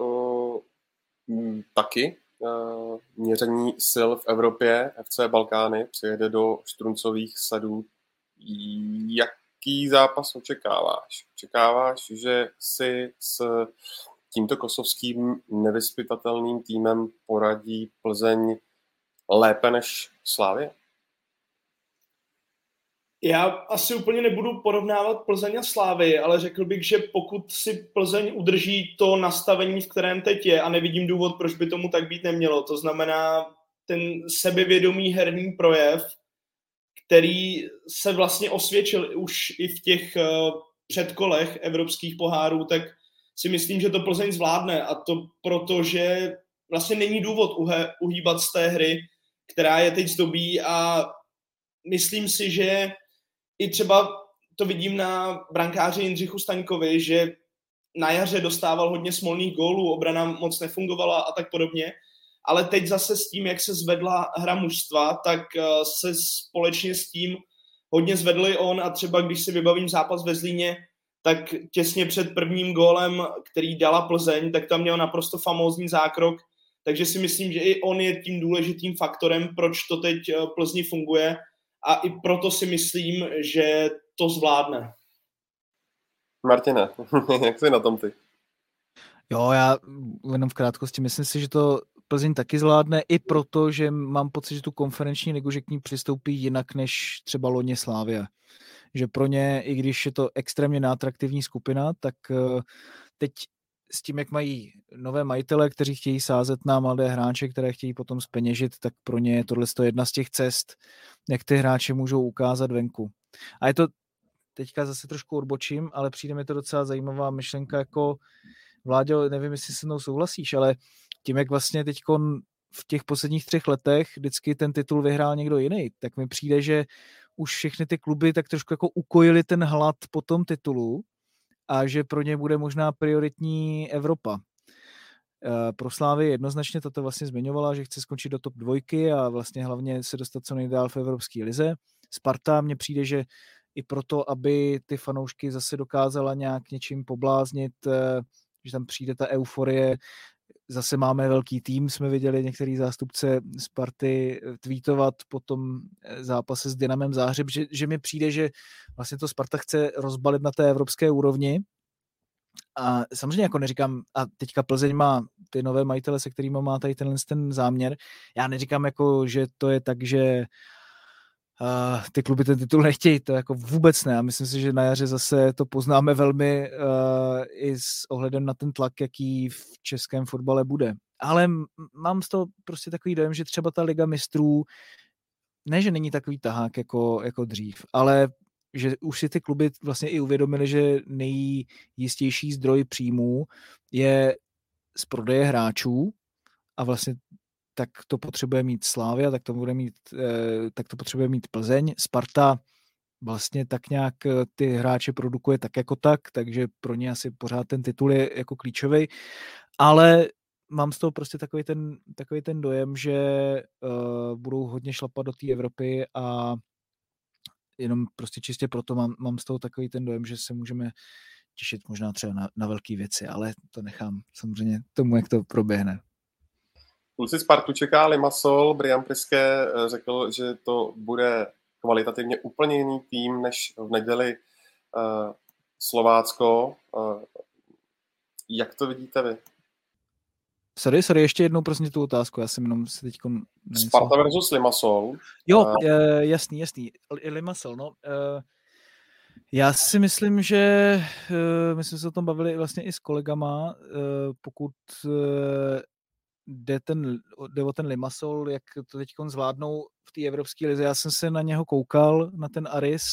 taky měření sil v Evropě. FC Balkány přijede do Štruncových sadů. Jaký zápas očekáváš? Očekáváš, že si s tímto kosovským nevyzpytatelným týmem poradí Plzeň lépe než Slavie? Já asi úplně nebudu porovnávat Plzeň a Slávy, ale řekl bych, že pokud si Plzeň udrží to nastavení, v kterém teď je, a nevidím důvod, proč by tomu tak být nemělo, to znamená ten sebevědomý herní projev, který se vlastně osvědčil už i v těch předkolech evropských pohárů, tak si myslím, že to Plzeň zvládne, a to proto, že vlastně není důvod uhýbat z té hry, která je teď zdobí, a myslím si, že i třeba to vidím na brankáři Jindřichu Staňkovi, že na jaře dostával hodně smolných gólů, obrana moc nefungovala a tak podobně, ale teď zase s tím, jak se zvedla hra mužstva, tak se společně s tím hodně zvedli on, a třeba když si vybavím zápas ve Zlíně, tak těsně před prvním gólem, který dala Plzeň, tak tam měl naprosto famózní zákrok, takže si myslím, že i on je tím důležitým faktorem, proč to teď Plzni funguje, a i proto si myslím, že to zvládne. Martine, jak jsi na tom ty? Jo, já jenom v krátkosti myslím si, že to Plzeň taky zvládne, i proto, že mám pocit, že tu konferenční ligu, že k ní přistoupí jinak než třeba loni Slavia. Že pro ně, i když je to extrémně neatraktivní skupina, tak teď s tím, jak mají nové majitele, kteří chtějí sázet na mladé hráče, které chtějí potom zpeněžit, tak pro ně je tohle jedna z těch cest, jak ty hráče můžou ukázat venku. A je to, teďka zase trošku odbočím, ale přijde mi to docela zajímavá myšlenka, jako Vláďo, nevím, jestli se mnou souhlasíš, ale tím, jak vlastně teďkon v těch posledních 3 letech vždycky ten titul vyhrál někdo jiný, tak mi přijde, že už všechny ty kluby tak trošku jako ukojili ten hlad po tom titulu a že pro ně bude možná prioritní Evropa. Pro Slávy jednoznačně toto vlastně zmiňovala, že chce skončit do top 2 a vlastně hlavně se dostat co nejdál v evropské lize. Sparta mně přijde, že i proto, aby ty fanoušky zase dokázala nějak něčím pobláznit, že tam přijde ta euforie. Zase máme velký tým, jsme viděli některý zástupce Sparty tweetovat po tom zápase s Dynamem Záhřeb, že mi přijde, že vlastně to Sparta chce rozbalit na té evropské úrovni. A samozřejmě jako neříkám, a teďka Plzeň má ty nové majitele, se kterými má tady ten záměr. Já neříkám jako, že to je tak, že ty kluby ten titul nechtějí, to jako vůbec ne. A myslím si, že na jaře zase to poznáme velmi i s ohledem na ten tlak, jaký v českém fotbale bude. Ale mám z toho prostě takový dojem, že třeba ta Liga mistrů, ne, že není takový tahák jako dřív, ale že už si ty kluby vlastně i uvědomili, že nejjistější zdroj příjmů je z prodeje hráčů a vlastně tak to potřebuje mít Slavia, tak to potřebuje mít Plzeň. Sparta vlastně tak nějak ty hráče produkuje tak jako tak, takže pro ně asi pořád ten titul je jako klíčový, ale mám z toho prostě takový ten dojem, že budou hodně šlapat do té Evropy a jenom prostě čistě proto mám z toho takový ten dojem, že se můžeme těšit možná třeba na velké věci, ale to nechám samozřejmě tomu, jak to proběhne. Kluci Spartu čeká Limassol, Brian Priske řekl, že to bude kvalitativně úplně jiný tým, než v neděli Slovácko. Jak to vidíte vy? Sorry, ještě jednou prosím tu otázku, já jsem jenom se teďko... Sparta versus Limassol. Jo, jasný. Limassol, no. Já si myslím, že my jsme se o tom bavili vlastně i s kolegama, pokud jde o ten Limassol, jak to teď zvládnou v té evropské lize. Já jsem se na něho koukal, na ten Aris,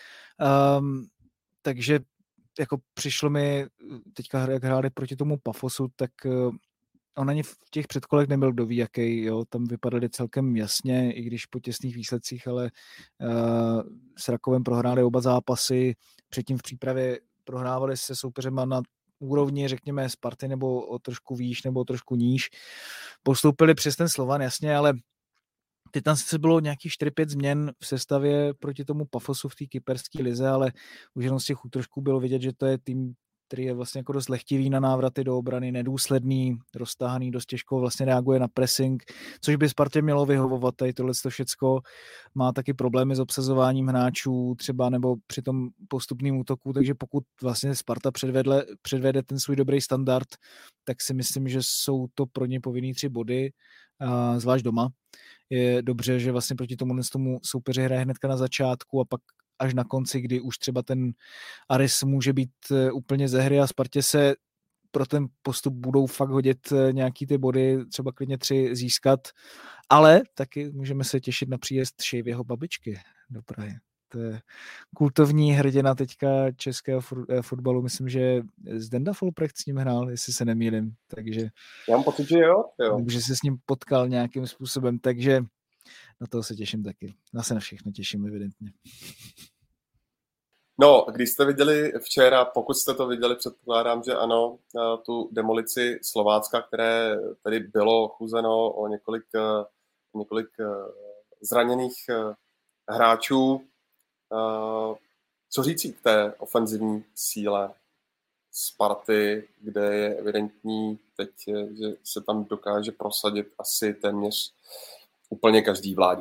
takže jako přišlo mi teďka, jak hráli proti tomu Pafosu, tak on ani v těch předkolech nebyl kdo ví jaký, jo, tam vypadali celkem jasně, i když po těsných výsledcích, ale s Rakovem prohráli oba zápasy, předtím v přípravě prohrávali se soupeřema na úrovni, řekněme, Sparty, nebo o trošku výš, nebo o trošku níž. Postoupili přes ten Slovan, jasně, ale teď tam sice bylo nějakých 4-5 změn v sestavě proti tomu Pafosu v té kyperské lize, ale už jenom z těch trošku bylo vidět, že to je tým, který je vlastně jako dost lehtivý na návraty do obrany, nedůsledný, roztáhaný, dost těžko vlastně reaguje na pressing, což by Spartě mělo vyhovovat, tady tohleto všecko. Má taky problémy s obsazováním hráčů třeba nebo při tom postupným útoku, takže pokud vlastně Sparta předvede ten svůj dobrý standard, tak si myslím, že jsou to pro ně povinný 3 body, zvlášť doma. Je dobře, že vlastně proti tomu soupeři hraje hnedka na začátku a pak až na konci, kdy už třeba ten Aris může být úplně ze hry a Spartě se pro ten postup budou fakt hodit nějaký ty body, třeba klidně 3 získat, ale taky můžeme se těšit na příjezd Šejvěho babičky do Prahy. To je kultovní hrdina teďka českého fotbalu, myslím, že Zdenda Folprecht s ním hrál, jestli se nemýlím, takže... Já mám pocit, že jo. Že se s ním potkal nějakým způsobem, takže na toho se těším taky. Já se na všechno těším, evidentně. No, když jste viděli včera, pokud jste to viděli, předpokládám, že ano, tu demolici Slovácka, které tedy bylo chuzeno o několik zraněných hráčů. Co říct k té ofenzivní síle Sparty, kde je evidentní teď, že se tam dokáže prosadit asi téměř úplně každý Vláďo?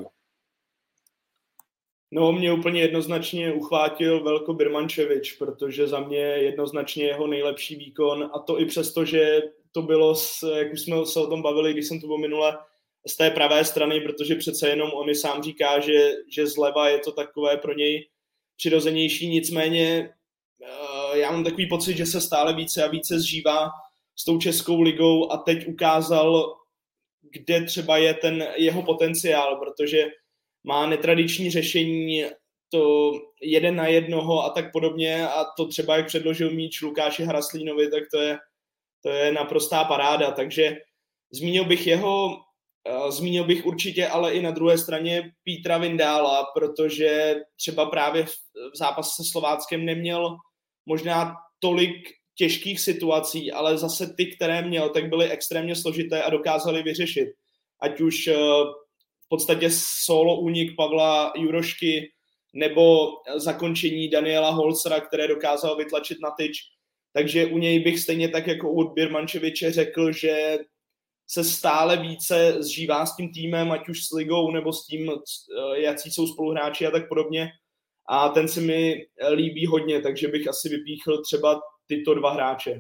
No, mě úplně jednoznačně uchvátil Velko Birmančevič, protože za mě jednoznačně jeho nejlepší výkon, a to i přesto, že to bylo, jak už jsme se o tom bavili, když jsem tu byl minule, z té pravé strany, protože přece jenom on i sám říká, že zleva je to takové pro něj přirozenější, nicméně já mám takový pocit, že se stále více a více zžívá s tou českou ligou a teď ukázal, kde třeba je ten jeho potenciál, protože má netradiční řešení, to 1 na 1 a tak podobně, a to třeba, jak předložil míč Lukáši Hraslínovi, tak to je naprostá paráda, takže zmínil bych jeho Zmínil bych určitě ale i na druhé straně Petra Vindála, protože třeba právě v zápase se Slováckem neměl možná tolik těžkých situací, ale zase ty, které měl, tak byly extrémně složité a dokázali vyřešit. Ať už v podstatě solo únik Pavla Jurošky nebo zakončení Daniela Holzera, které dokázal vytlačit na tyč. Takže u něj bych stejně tak jako u Birmančeviče řekl, že se stále více zžívá s tím týmem, ať už s ligou, nebo s tím, jaký jsou spoluhráči a tak podobně. A ten se mi líbí hodně, takže bych asi vypíchl třeba tyto dva hráče.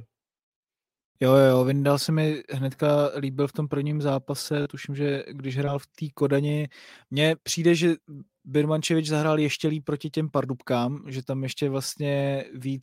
Jo, Vindal se mi hnedka líbil v tom prvním zápase, tuším, že když hrál v té Kodani, mně přijde, že Birmančevič zahrál ještě líp proti těm Pardubkám, že tam ještě vlastně víc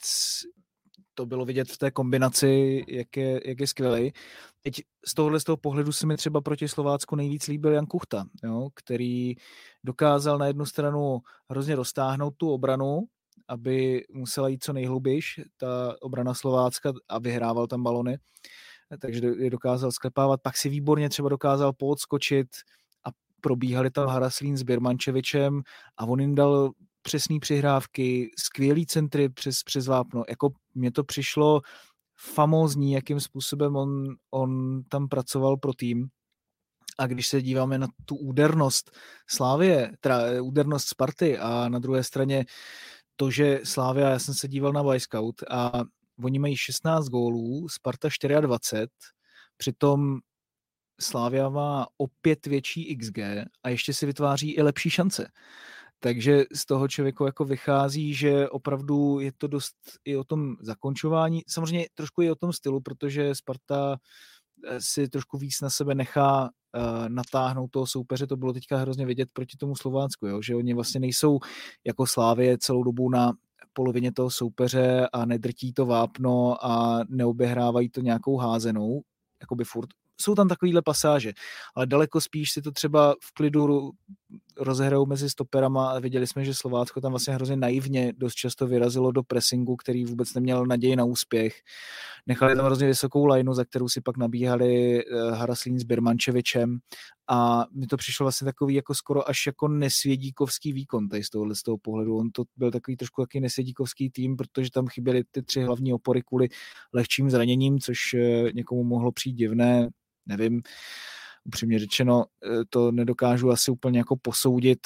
to bylo vidět v té kombinaci, jak je skvělej. Teď z toho pohledu se mi třeba proti Slovácku nejvíc líbil Jan Kuchta, jo, který dokázal na jednu stranu hrozně roztáhnout tu obranu, aby musela jít co nejhlubějš, ta obrana Slovácka, a vyhrával tam balony, takže je dokázal sklepávat. Pak si výborně třeba dokázal poodskočit a probíhali tam Haraslín s Birmančevičem a on jim dal přesný přihrávky, skvělý centry přes vápno. Jako mně to přišlo famózní, jakým způsobem on tam pracoval pro tým. A když se díváme na tu údernost Slávie, teda údernost Sparty a na druhé straně to, že Slavia, já jsem se díval na Wisecout a oni mají 16 gólů, Sparta 24, přitom Slavia má o 5 větší XG a ještě si vytváří i lepší šance. Takže z toho člověku jako vychází, že opravdu je to dost i o tom zakončování, samozřejmě trošku i o tom stylu, protože Sparta si trošku víc na sebe nechá natáhnout toho soupeře, to bylo teďka hrozně vidět proti tomu Slovácku, jo? Že oni vlastně nejsou jako Slávie celou dobu na polovině toho soupeře a nedrtí to vápno a neobehrávají to nějakou házenou, jakoby furt. Jsou tam takovýhle pasáže, ale daleko spíš si to třeba v klidu rozehrajou mezi stoperama a viděli jsme, že Slovácko tam vlastně hrozně naivně dost často vyrazilo do pressingu, který vůbec neměl naději na úspěch. Nechali tam hrozně vysokou lineu, za kterou si pak nabíhali Haraslín s Birmančevičem a mi to přišlo vlastně takový jako skoro až jako nesvědíkovský výkon tady z toho pohledu. On to byl takový trošku taky nesvědíkovský tým, protože tam chyběly ty 3 hlavní opory kvůli lehčím zraněním, což někomu mohlo přijít divné, nevím, upřímně řečeno, to nedokážu asi úplně jako posoudit,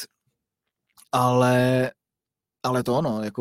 ale to ono, jako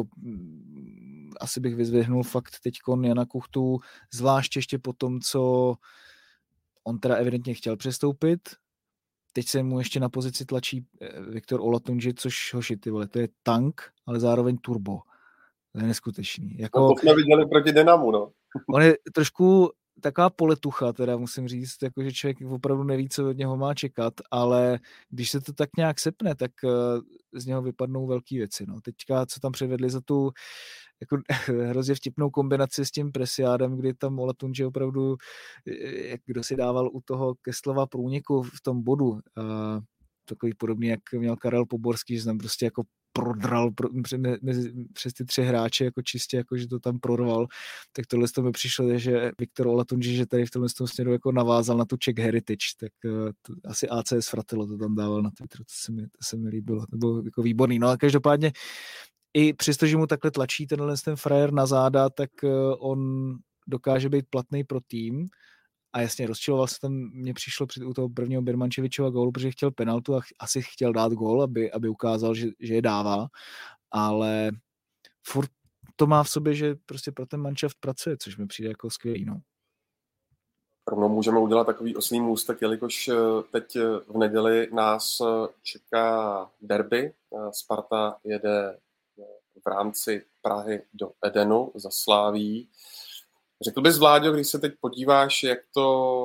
asi bych vyzvihnul fakt teďkon Jana Kuchtu, zvlášť ještě po tom, co on teda evidentně chtěl přestoupit. Teď se mu ještě na pozici tlačí Viktor Olatunji, což hoši, ty vole, to je tank, ale zároveň turbo. To je neskutečný. Jako, to jsme viděli proti Dynamu, no. On je trošku taková poletucha, teda musím říct, jako, že člověk opravdu neví, co od něho má čekat, ale když se to tak nějak sepne, tak z něho vypadnou velké věci. No. Teďka, co tam předvedli za tu jako hrozně vtipnou kombinaci s tím Presiádem, kdy tam Olatunji opravdu, jak kdo si dával u toho Kesslova průniku v tom bodu, takový podobný, jak měl Karel Poborský, že tam prostě jako prodral přes ty 3 hráče, jako čistě, jako že to tam prorval, tak tohle to mi přišlo, že Viktor Olatunji, že tady v tomhle směru jako navázal na tu Czech Heritage, tak to, asi ACS Fratello to tam dával na Twitteru, to se mi líbilo, to bylo jako výborný. No a každopádně i přesto, že mu takhle tlačí ten frajer na záda, tak on dokáže být platný pro tým. A jasně, rozčiloval se tam, mně přišlo u toho prvního Birmančevičova gólu, protože chtěl penaltu a asi chtěl dát gól, aby ukázal, že je dává, ale furt to má v sobě, že prostě pro ten manšaft pracuje, což mi přijde jako skvělý, no. Rovnou můžeme udělat takový oslý můstek, jelikož teď v neděli nás čeká derby. Sparta jede v rámci Prahy do Edenu za Slaví. Řekl bys, Vláďo, když se teď podíváš, jak to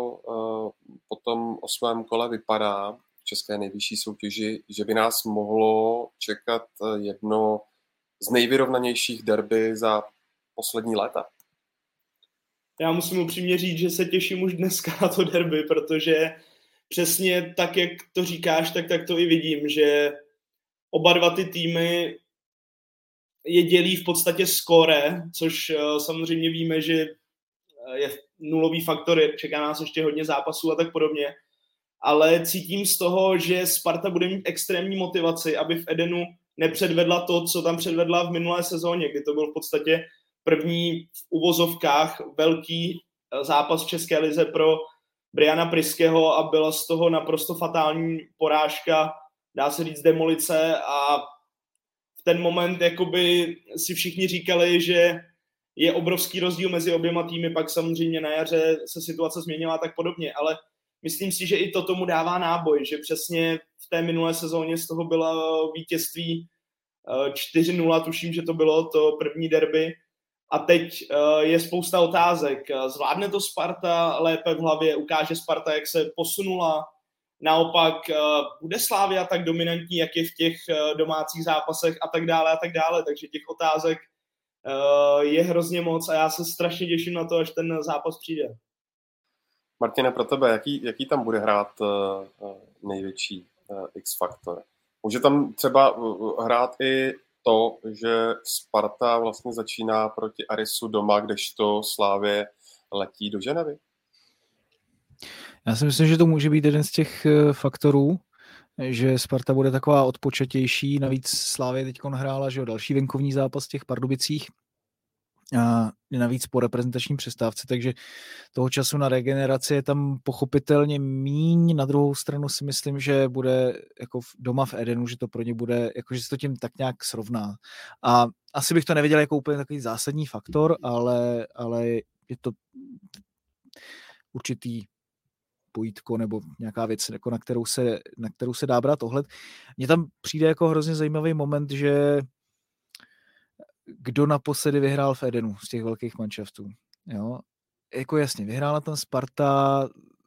po tom 8. kole vypadá v české nejvyšší soutěži, že by nás mohlo čekat jedno z nejvyrovnanějších derby za poslední léta? Já musím upřímně říct, že se těším už dneska na to derby, protože přesně tak, jak to říkáš, tak to i vidím, že oba dva ty týmy je dělí v podstatě skóre, což samozřejmě víme, že je nulový faktor, čeká nás ještě hodně zápasů a tak podobně, ale cítím z toho, že Sparta bude mít extrémní motivaci, aby v Edenu nepředvedla to, co tam předvedla v minulé sezóně, kdy to byl v podstatě první v uvozovkách velký zápas v České lize pro Briana Priského a byla z toho naprosto fatální porážka, dá se říct demolice, a v ten moment jakoby si všichni říkali, že je obrovský rozdíl mezi oběma týmy, pak samozřejmě na jaře se situace změnila tak podobně, ale myslím si, že i to tomu dává náboj, že přesně v té minulé sezóně z toho bylo vítězství 4-0, tuším, že to bylo to první derby, a teď je spousta otázek. Zvládne to Sparta lépe v hlavě? Ukáže Sparta, jak se posunula? Naopak bude Slavia tak dominantní, jak je v těch domácích zápasech a tak dále a tak dále. Takže těch otázek je hrozně moc a já se strašně těším na to, až ten zápas přijde. Martine, pro tebe, jaký tam bude hrát největší X-faktor? Může tam třeba hrát i to, že Sparta vlastně začíná proti Arisu doma, kdežto Slavie letí do Ženevy? Já si myslím, že to může být jeden z těch faktorů, že Sparta bude taková odpočatější, navíc Slavie teď hrála, že další venkovní zápas v těch Pardubicích, a navíc po reprezentační přestávce, takže toho času na regeneraci je tam pochopitelně míň. Na druhou stranu si myslím, že bude jako doma v Edenu, že to pro ně bude, jako že se to tím tak nějak srovná. A asi bych to neviděl jako úplně takový zásadní faktor, ale je to určitý pojítko nebo nějaká věc, jako na kterou se dá brát ohled. Mně tam přijde jako hrozně zajímavý moment, že kdo naposledy vyhrál v Edenu z těch velkých manšaftů. Jo? Jako jasně, vyhrála tam Sparta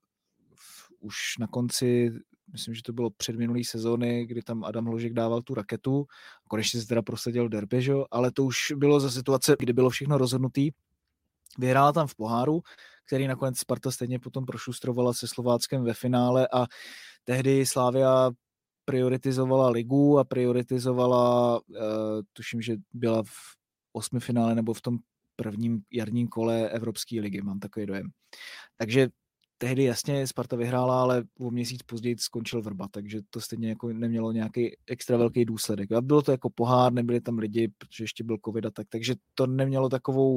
už na konci, myslím, že to bylo předminulý sezóny, kdy tam Adam Hložek dával tu raketu, konečně se teda prosadil derby, že? Ale to už bylo za situace, kdy bylo všechno rozhodnutý. Vyhrála tam v poháru, který nakonec Sparta stejně potom prošustrovala se Slováckem ve finále, a tehdy Slavia prioritizovala ligu a prioritizovala, tuším, že byla v 8. finále nebo v tom prvním jarním kole Evropské ligy, mám takový dojem. Takže tehdy jasně Sparta vyhrála, ale o měsíc později skončil Vrba, takže to stejně jako nemělo nějaký extra velký důsledek. A bylo to jako pohár, nebyli tam lidi, protože ještě byl covid a tak, takže to nemělo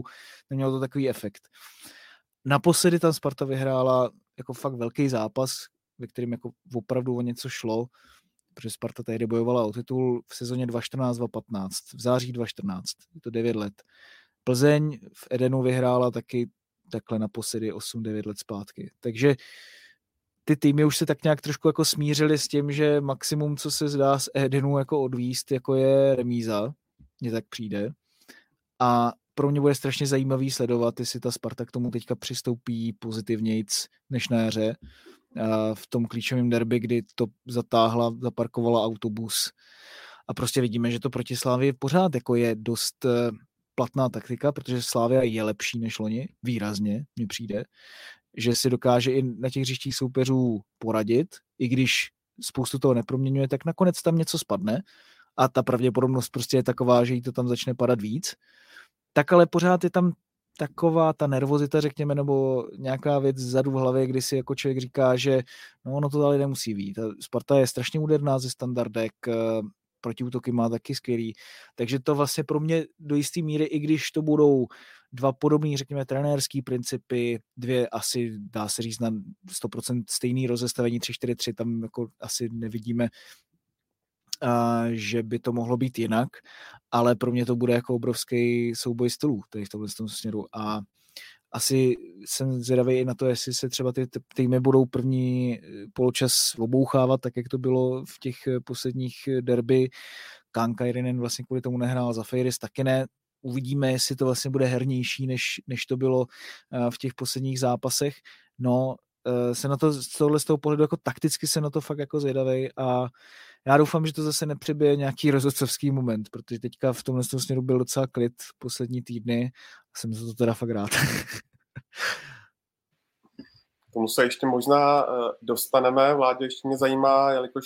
to takový efekt. Naposledy tam Sparta vyhrála jako fakt velký zápas, ve kterém jako opravdu o něco šlo, protože Sparta tehdy bojovala o titul v sezóně 2014-2015, v září 2014, je to 9 let. Plzeň v Edenu vyhrála taky takhle naposledy 8-9 let zpátky. Takže ty týmy už se tak nějak trošku jako smířily s tím, že maximum, co se zdá z Edenu jako odvíst, jako je remíza, mně tak přijde. A pro mě bude strašně zajímavý sledovat, jestli ta Sparta k tomu teďka přistoupí pozitivnějc než na jaře. V tom klíčovém derby, kdy to zaparkovala autobus. A prostě vidíme, že to proti Slavii pořád jako je dost platná taktika, protože Slavia je lepší než loni, výrazně mi přijde, že si dokáže i na těch hřištích soupeřů poradit, i když spoustu toho neproměňuje, tak nakonec tam něco spadne a ta pravděpodobnost prostě je taková, že jí to tam začne padat víc. Tak ale pořád je tam taková ta nervozita, řekněme, nebo nějaká věc vzadu v hlavě, kdy si jako člověk říká, že no, ono to tady nemusí být. Sparta je strašně úderná ze standardek, protiútoky má taky skvělý. Takže to vlastně pro mě do jisté míry, i když to budou dva podobný, řekněme, trenérský principy, dvě asi, dá se říct, na 100% stejný rozestavení 3-4-3, tam jako asi nevidíme, že by to mohlo být jinak, ale pro mě to bude jako obrovský souboj stylů tady v tomhle směru a asi jsem zvědavý i na to, jestli se třeba ty týmy budou první poločas obouchávat, tak jak to bylo v těch posledních derby. Kanka Irinen vlastně kvůli tomu nehrál, Zafeiris taky ne. Uvidíme, jestli to vlastně bude hernější, než to bylo v těch posledních zápasech. No, se na to z toho pohledu jako takticky se na to fakt jako zvědavej a já doufám, že to zase nepřebije nějaký rozhodcovský moment, protože teďka v tomhle směru byl docela klid poslední týdny a jsem za to teda fakt rád. K tomu se ještě možná dostaneme. Vládě, ještě mě zajímá, jelikož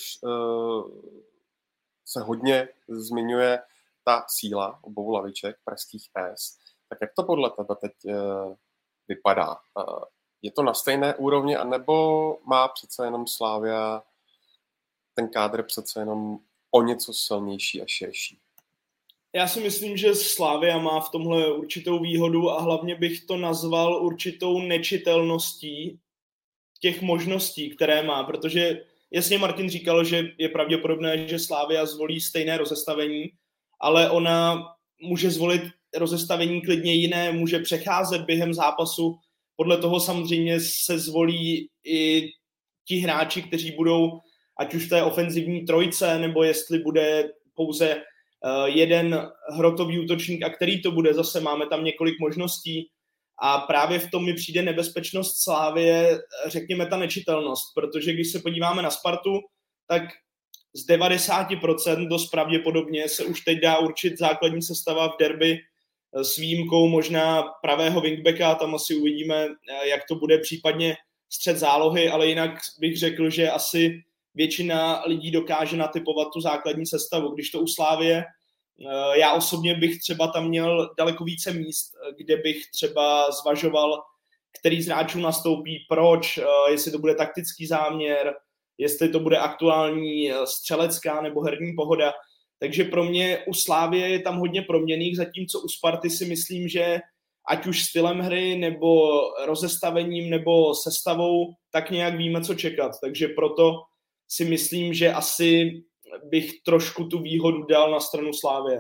se hodně zmiňuje ta síla obou laviček pražských S. Tak jak to podle tebe teď vypadá? je to na stejné úrovni, anebo má přece jenom Slavia ten kádr přece jenom o něco silnější a širší? Já si myslím, že Slavia má v tomhle určitou výhodu a hlavně bych to nazval určitou nečitelností těch možností, které má, protože jasně Martin říkal, že je pravděpodobné, že Slavia zvolí stejné rozestavení, ale ona může zvolit rozestavení klidně jiné, může přecházet během zápasu. Podle toho samozřejmě se zvolí i ti hráči, kteří budou, ať už v té ofenzivní trojce, nebo jestli bude pouze jeden hrotový útočník a který to bude, zase máme tam několik možností a právě v tom mi přijde nebezpečnost Slavie, řekněme ta nečitelnost, protože když se podíváme na Spartu, tak z 90% dost pravděpodobně se už teď dá určit základní sestava v derby s výjimkou možná pravého wingbacka, tam asi uvidíme, jak to bude, případně střed zálohy, ale jinak bych řekl, že asi většina lidí dokáže natypovat tu základní sestavu. Když to u Slavie, já osobně bych třeba tam měl daleko více míst, kde bych třeba zvažoval, který z hráčů nastoupí, proč, jestli to bude taktický záměr, jestli to bude aktuální střelecká nebo herní pohoda. Takže pro mě u Slavie je tam hodně proměnných, zatímco u Sparty si myslím, že ať už stylem hry, nebo rozestavením, nebo sestavou, tak nějak víme, co čekat. Takže proto si myslím, že asi bych trošku tu výhodu dal na stranu Slavie.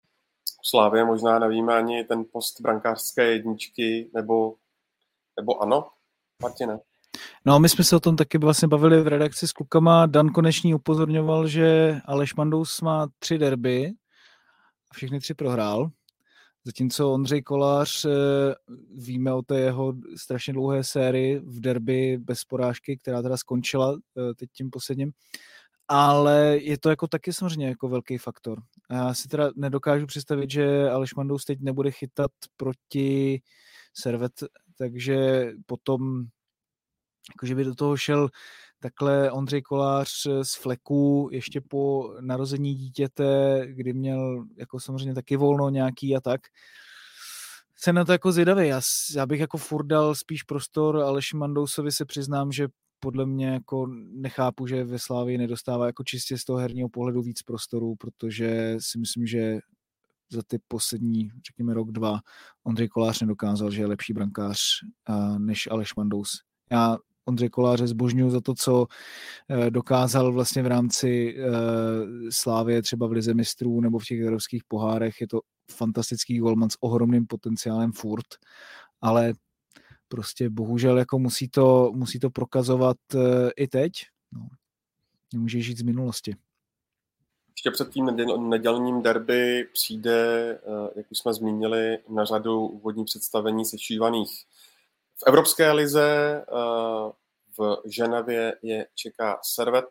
Slavie možná nevíme ani ten post brankářské jedničky, nebo ano? Martine? No, my jsme se o tom taky vlastně bavili v redakci s klukama. Dan Konečný upozorňoval, že Aleš Mandous má 3 derby a všechny 3 prohrál. Zatímco Ondřej Kolář, víme o té jeho strašně dlouhé sérii v derby bez porážky, která teda skončila teď tím posledním. Ale je to jako taky samozřejmě jako velký faktor. Já si teda nedokážu představit, že Aleš Mandous teď nebude chytat proti Servet, takže potom jakože by do toho šel takhle Ondřej Kolář z fleku ještě po narození dítěte, kdy měl jako samozřejmě taky volno nějaký a tak. Jsem na to jako zvědavý. Já bych jako furt dal spíš prostor Aleši Mandousovi, se přiznám, že podle mě jako nechápu, že ve Slavii nedostává jako čistě z toho herního pohledu víc prostoru, protože si myslím, že za ty poslední, řekněme rok, 2, Ondřej Kolář nedokázal, že je lepší brankář než Aleš Mandous. Já Ondřej Koláře zbožňuju za to, co dokázal vlastně v rámci Slavie třeba v Lize mistrů nebo v těch evropských pohárech. Je to fantastický golman s ohromným potenciálem furt, ale prostě bohužel jako musí to prokazovat i teď. No, nemůže žít z minulosti. Ještě před tím nedělním derby přijde, jak už jsme zmínili, na řadu úvodní představení sešívaných v Evropské lize. V Ženevě je čeká Servet.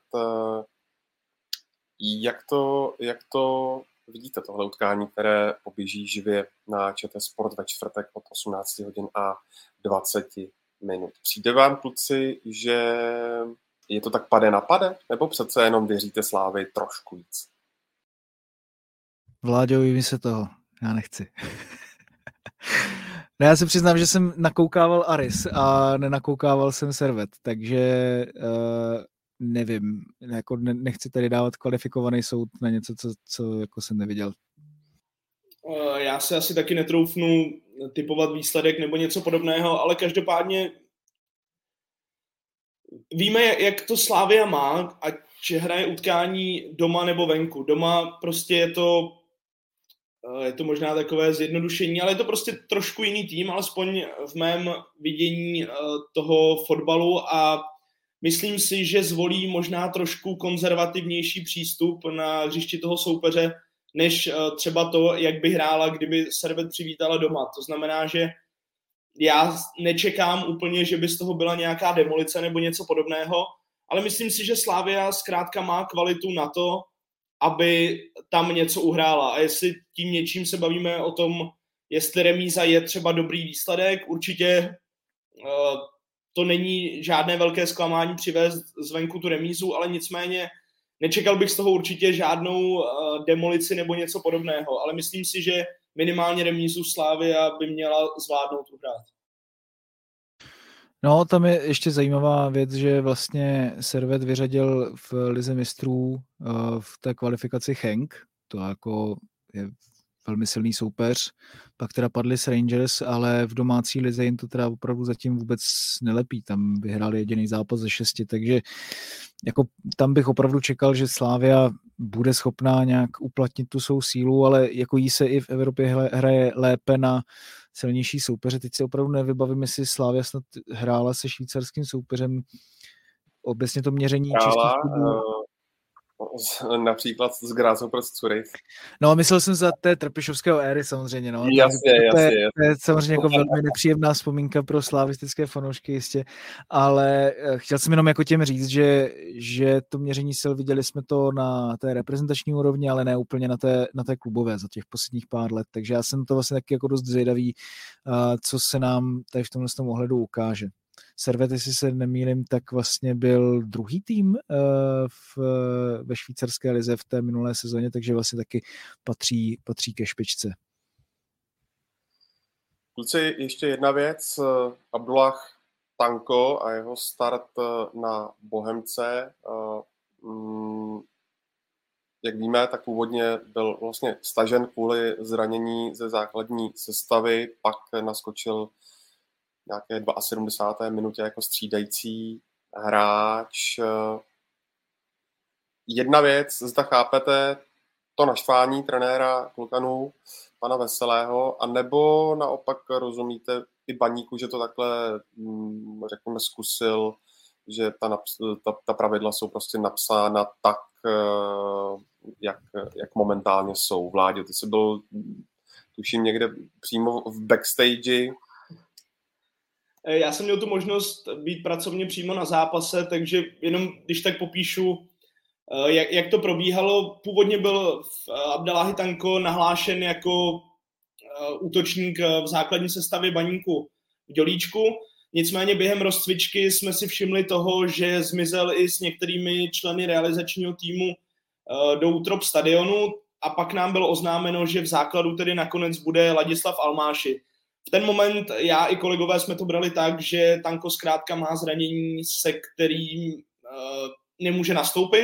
Jak to vidíte, tohle utkání, které poběží živě na ČT Sport ve čtvrtek od 18 hodin a 20 minut? Přijde vám, kluci, že je to tak pade na pade, nebo přece jenom věříte Slávy trošku víc? Vláďo, mi se toho. Já nechci. No, já se přiznám, že jsem nakoukával Aris a nenakoukával jsem Servet, takže nevím. Jako nechci tady dávat kvalifikovaný soud na něco, co jako jsem neviděl. Já se asi taky netroufnu typovat výsledek nebo něco podobného, ale každopádně víme, jak to Slavia má, ať hraje utkání doma nebo venku. Doma prostě je to možná takové zjednodušení, ale je to prostě trošku jiný tým, alespoň v mém vidění toho fotbalu, a myslím si, že zvolí možná trošku konzervativnější přístup na hřišti toho soupeře, než třeba to, jak by hrála, kdyby Servet přivítala doma. To znamená, že já nečekám úplně, že by z toho byla nějaká demolice nebo něco podobného, ale myslím si, že Slavia zkrátka má kvalitu na to, aby tam něco uhrála. A jestli tím něčím se bavíme o tom, jestli remíza je třeba dobrý výsledek, určitě to není žádné velké zklamání přivést zvenku tu remízu, ale nicméně nečekal bych z toho určitě žádnou demolici nebo něco podobného, ale myslím si, že minimálně remízu Slavia by měla zvládnout uhrát. No, tam je ještě zajímavá věc, že vlastně Servette vyřadil v Lize mistrů v té kvalifikaci Genk, to jako je velmi silný soupeř, pak teda padli s Rangers, ale v domácí lize jim to teda opravdu zatím vůbec nelepí, tam vyhráli jediný zápas ze 6, takže jako tam bych opravdu čekal, že Slavia bude schopná nějak uplatnit tu svou sílu, ale jako jí se i v Evropě hraje lépe na silnější soupeře. Teď si opravdu nevybavím, jestli Slavia snad hrála se švýcarským soupeřem. Obecně to měření českých klubů. Například z Grasshopper Zurich. No, myslel jsem za té Trpišovského éry samozřejmě. No. Jasně. To je samozřejmě jako velmi nepříjemná vzpomínka pro slavistické fanoušky jistě, ale chtěl jsem jenom jako těm říct, že to měření sil viděli jsme to na té reprezentační úrovni, ale ne úplně na té klubové za těch posledních pár let, takže já jsem to vlastně taky jako dost zvědavý, co se nám tady v tomhle ohledu ukáže. Servette, jestli se nemýlím, tak vlastně byl druhý tým ve švýcarské lize v té minulé sezóně, takže vlastně taky patří ke špičce. Kluci, ještě jedna věc. Abdullah Tanko a jeho start na Bohemce. Jak víme, tak původně byl vlastně stažen kvůli zranění ze základní sestavy, pak naskočil nějaké 72. minutě jako střídající hráč. Jedna věc, zda chápete to naštvání trenéra Klukanů, pana Veselého, anebo naopak rozumíte i Baníku, že to takhle, řekněme, zkusil, že ta pravidla jsou prostě napsána tak, jak momentálně jsou. Vládě, ty jsi byl, tuším, někde přímo v backstage. Já jsem měl tu možnost být pracovně přímo na zápase, takže jenom když tak popíšu, jak to probíhalo. Původně byl Abdullahi Tanko nahlášen jako útočník v základní sestavě Baníku v Dělíčku. Nicméně během rozcvičky jsme si všimli toho, že zmizel i s některými členy realizačního týmu do útrop stadionu a pak nám bylo oznámeno, že v základu tedy nakonec bude Ladislav Almáši. V ten moment já i kolegové jsme to brali tak, že Tanko zkrátka má zranění, se kterým nemůže nastoupit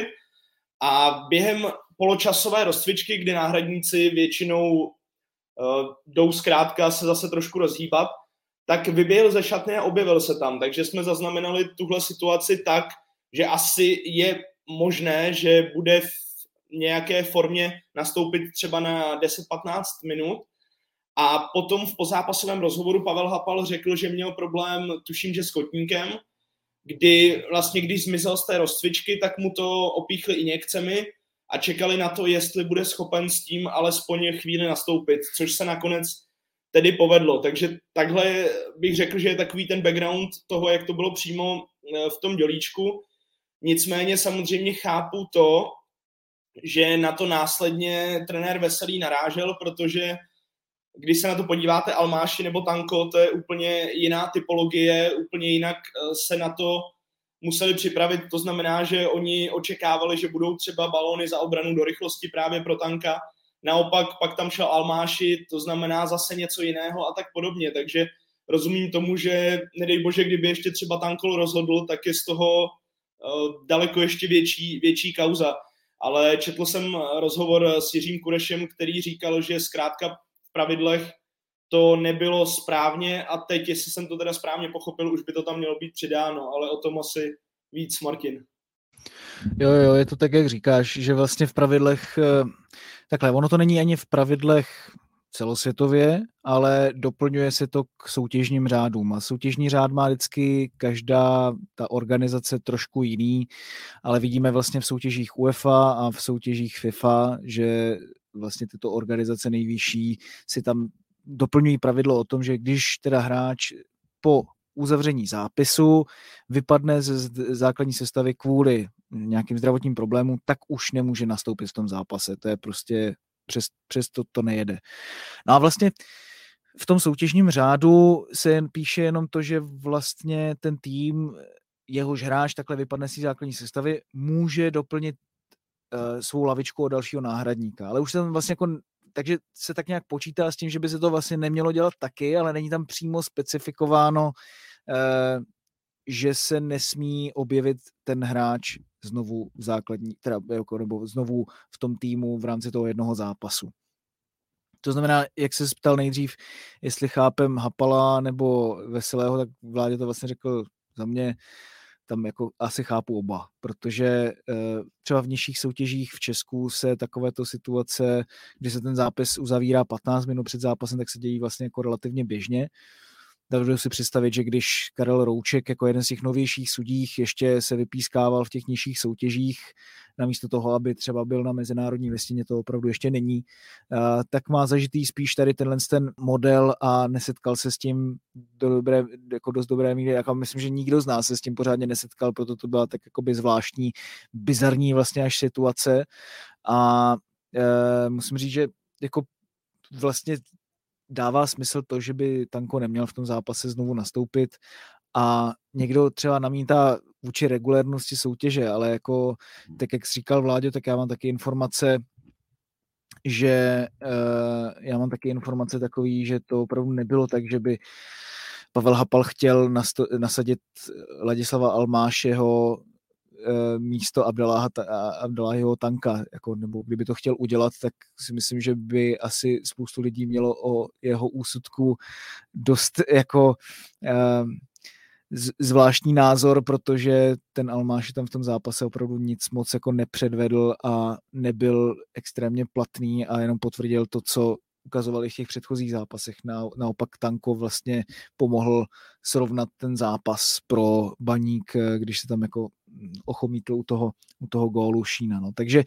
a během poločasové rozcvičky, kdy náhradníci většinou jdou zkrátka se zase trošku rozhýbat, tak vyběhl ze šatny a objevil se tam. Takže jsme zaznamenali tuhle situaci tak, že asi je možné, že bude v nějaké formě nastoupit třeba na 10-15 minut. A potom v pozápasovém rozhovoru Pavel Hapal řekl, že měl problém, tuším, že s kotníkem, kdy vlastně, když zmizel z té rozcvičky, tak mu to opíchli injekcemi a čekali na to, jestli bude schopen s tím alespoň chvíli nastoupit, což se nakonec tedy povedlo. Takže takhle bych řekl, že je takový ten background toho, jak to bylo přímo v tom Dělíčku. Nicméně samozřejmě chápu to, že na to následně trenér Veselý narážel, protože když se na to podíváte, Almáši nebo Tanko, to je úplně jiná typologie, úplně jinak se na to museli připravit. To znamená, že oni očekávali, že budou třeba balóny za obranu do rychlosti právě pro Tanka. Naopak pak tam šel Almáši, to znamená zase něco jiného a tak podobně. Takže rozumím tomu, že nedej bože, kdyby ještě třeba Tankol rozhodl, tak je z toho daleko ještě větší kauza. Ale četl jsem rozhovor s Jiřím Kurešem, který říkal, že zkrátka pravidlech to nebylo správně a teď, jestli jsem to teda správně pochopil, už by to tam mělo být přidáno, ale o tom asi víc Martin. Jo, je to tak, jak říkáš, že vlastně v pravidlech, takhle, ono to není ani v pravidlech celosvětově, ale doplňuje se to k soutěžním řádům a soutěžní řád má vždycky každá ta organizace trošku jiný, ale vidíme vlastně v soutěžích UEFA a v soutěžích FIFA, že vlastně tyto organizace nejvyšší si tam doplňují pravidlo o tom, že když teda hráč po uzavření zápisu vypadne ze základní sestavy kvůli nějakým zdravotním problémům, tak už nemůže nastoupit v tom zápase. To je prostě přes to nejede. No a vlastně v tom soutěžním řádu se jen píše jenom to, že vlastně ten tým, jehož hráč takhle vypadne z základní sestavy, může doplnit svou lavičku od dalšího náhradníka. Ale už jsem vlastně jako, takže se tak nějak počítá s tím, že by se to vlastně nemělo dělat taky, ale není tam přímo specifikováno, že se nesmí objevit ten hráč znovu v základní, teda jako, nebo znovu v tom týmu v rámci toho jednoho zápasu. To znamená, jak se ptal nejdřív, jestli chápem Hapala nebo Veselého, tak Vládě to vlastně řekl za mě, tam jako asi chápu oba, protože třeba v nižších soutěžích v Česku se takovéto situace, kdy se ten zápas uzavírá 15 minut před zápasem, tak se dějí vlastně jako relativně běžně. Dovedu si představit, že když Karel Rouček jako jeden z těch novějších sudích ještě se vypískával v těch nižších soutěžích, namísto toho, aby třeba byl na mezinárodní listině, to opravdu ještě není, tak má zažitý spíš tady ten model a nesetkal se s tím jako dost dobré míry. Jako myslím, že nikdo z nás se s tím pořádně nesetkal, proto to byla tak jakoby zvláštní, bizarní vlastně až situace. A musím říct, že jako vlastně dává smysl to, že by Tanko neměl v tom zápase znovu nastoupit a někdo třeba namítá vůči regulérnosti soutěže, ale jako tak, jak jsi říkal Vláďo, tak já mám taky informace, že takový, že to opravdu nebylo tak, že by Pavel Hapal chtěl nasadit Ladislava Almášeho místo Abdaláhiho Tanka, jako, nebo kdyby to chtěl udělat, tak si myslím, že by asi spoustu lidí mělo o jeho úsudku dost jako zvláštní názor, protože ten Almáši tam v tom zápase opravdu nic moc jako nepředvedl a nebyl extrémně platný a jenom potvrdil to, co ukazovali v těch předchozích zápasech. Naopak Tanko vlastně pomohl srovnat ten zápas pro Baník, když se tam jako ochomítl u toho gólu Šína. No. Takže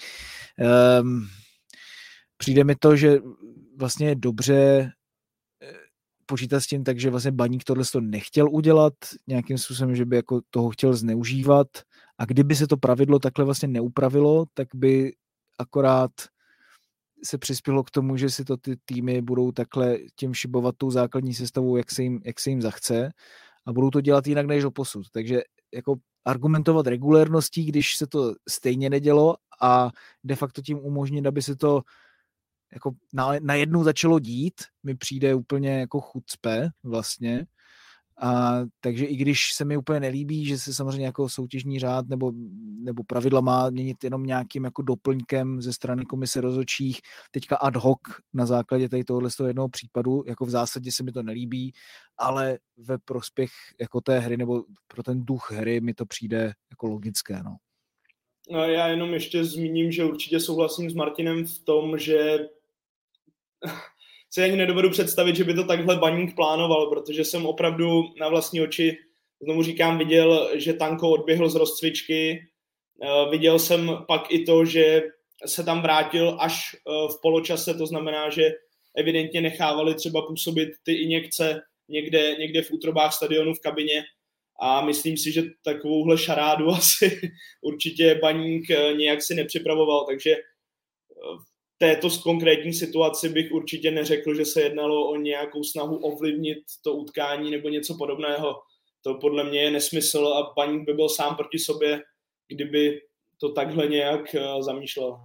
přijde mi to, že vlastně je dobře počítat s tím, takže vlastně Baník tohle nechtěl udělat nějakým způsobem, že by jako toho chtěl zneužívat a kdyby se to pravidlo takhle vlastně neupravilo, tak by akorát se přispělo k tomu, že si to ty týmy budou takhle tím šibovat tou základní sestavou, jak se jim zachce a budou to dělat jinak než doposud. Takže jako argumentovat regulérností, když se to stejně nedělo a de facto tím umožnit, aby se to jako najednou začalo dít, mi přijde úplně jako chucpe vlastně. A takže i když se mi úplně nelíbí, že se samozřejmě jako soutěžní řád nebo pravidla má měnit jenom nějakým jako doplňkem ze strany komise rozhodčích, teďka ad hoc na základě tady tohohle jednoho případu, jako v zásadě se mi to nelíbí, ale ve prospěch jako té hry nebo pro ten duch hry mi to přijde jako logické, no. Já jenom ještě zmíním, že určitě souhlasím s Martinem v tom, že si ani nedovedu představit, že by to takhle Baník plánoval, protože jsem opravdu na vlastní oči, znovu říkám, viděl, že Tanko odběhl z rozcvičky. Viděl jsem pak i to, že se tam vrátil až v poločase, to znamená, že evidentně nechávali třeba působit ty injekce někde v útrobách stadionu v kabině a myslím si, že takovouhle šarádu asi určitě Baník nějak si nepřipravoval, takže této konkrétní situaci bych určitě neřekl, že se jednalo o nějakou snahu ovlivnit to utkání nebo něco podobného. To podle mě je nesmysl a Baník by byl sám proti sobě, kdyby to takhle nějak zamýšlel.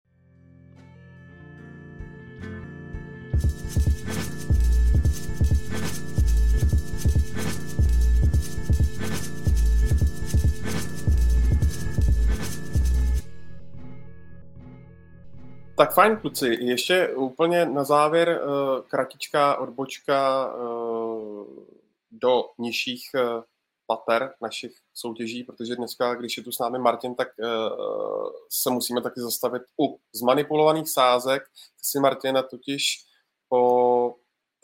Tak fajn, kluci. Ještě úplně na závěr kratičká odbočka do nižších pater našich soutěží, protože dneska, když je tu s námi Martin, tak se musíme taky zastavit u zmanipulovaných sázek. Ty si, Martina, totiž po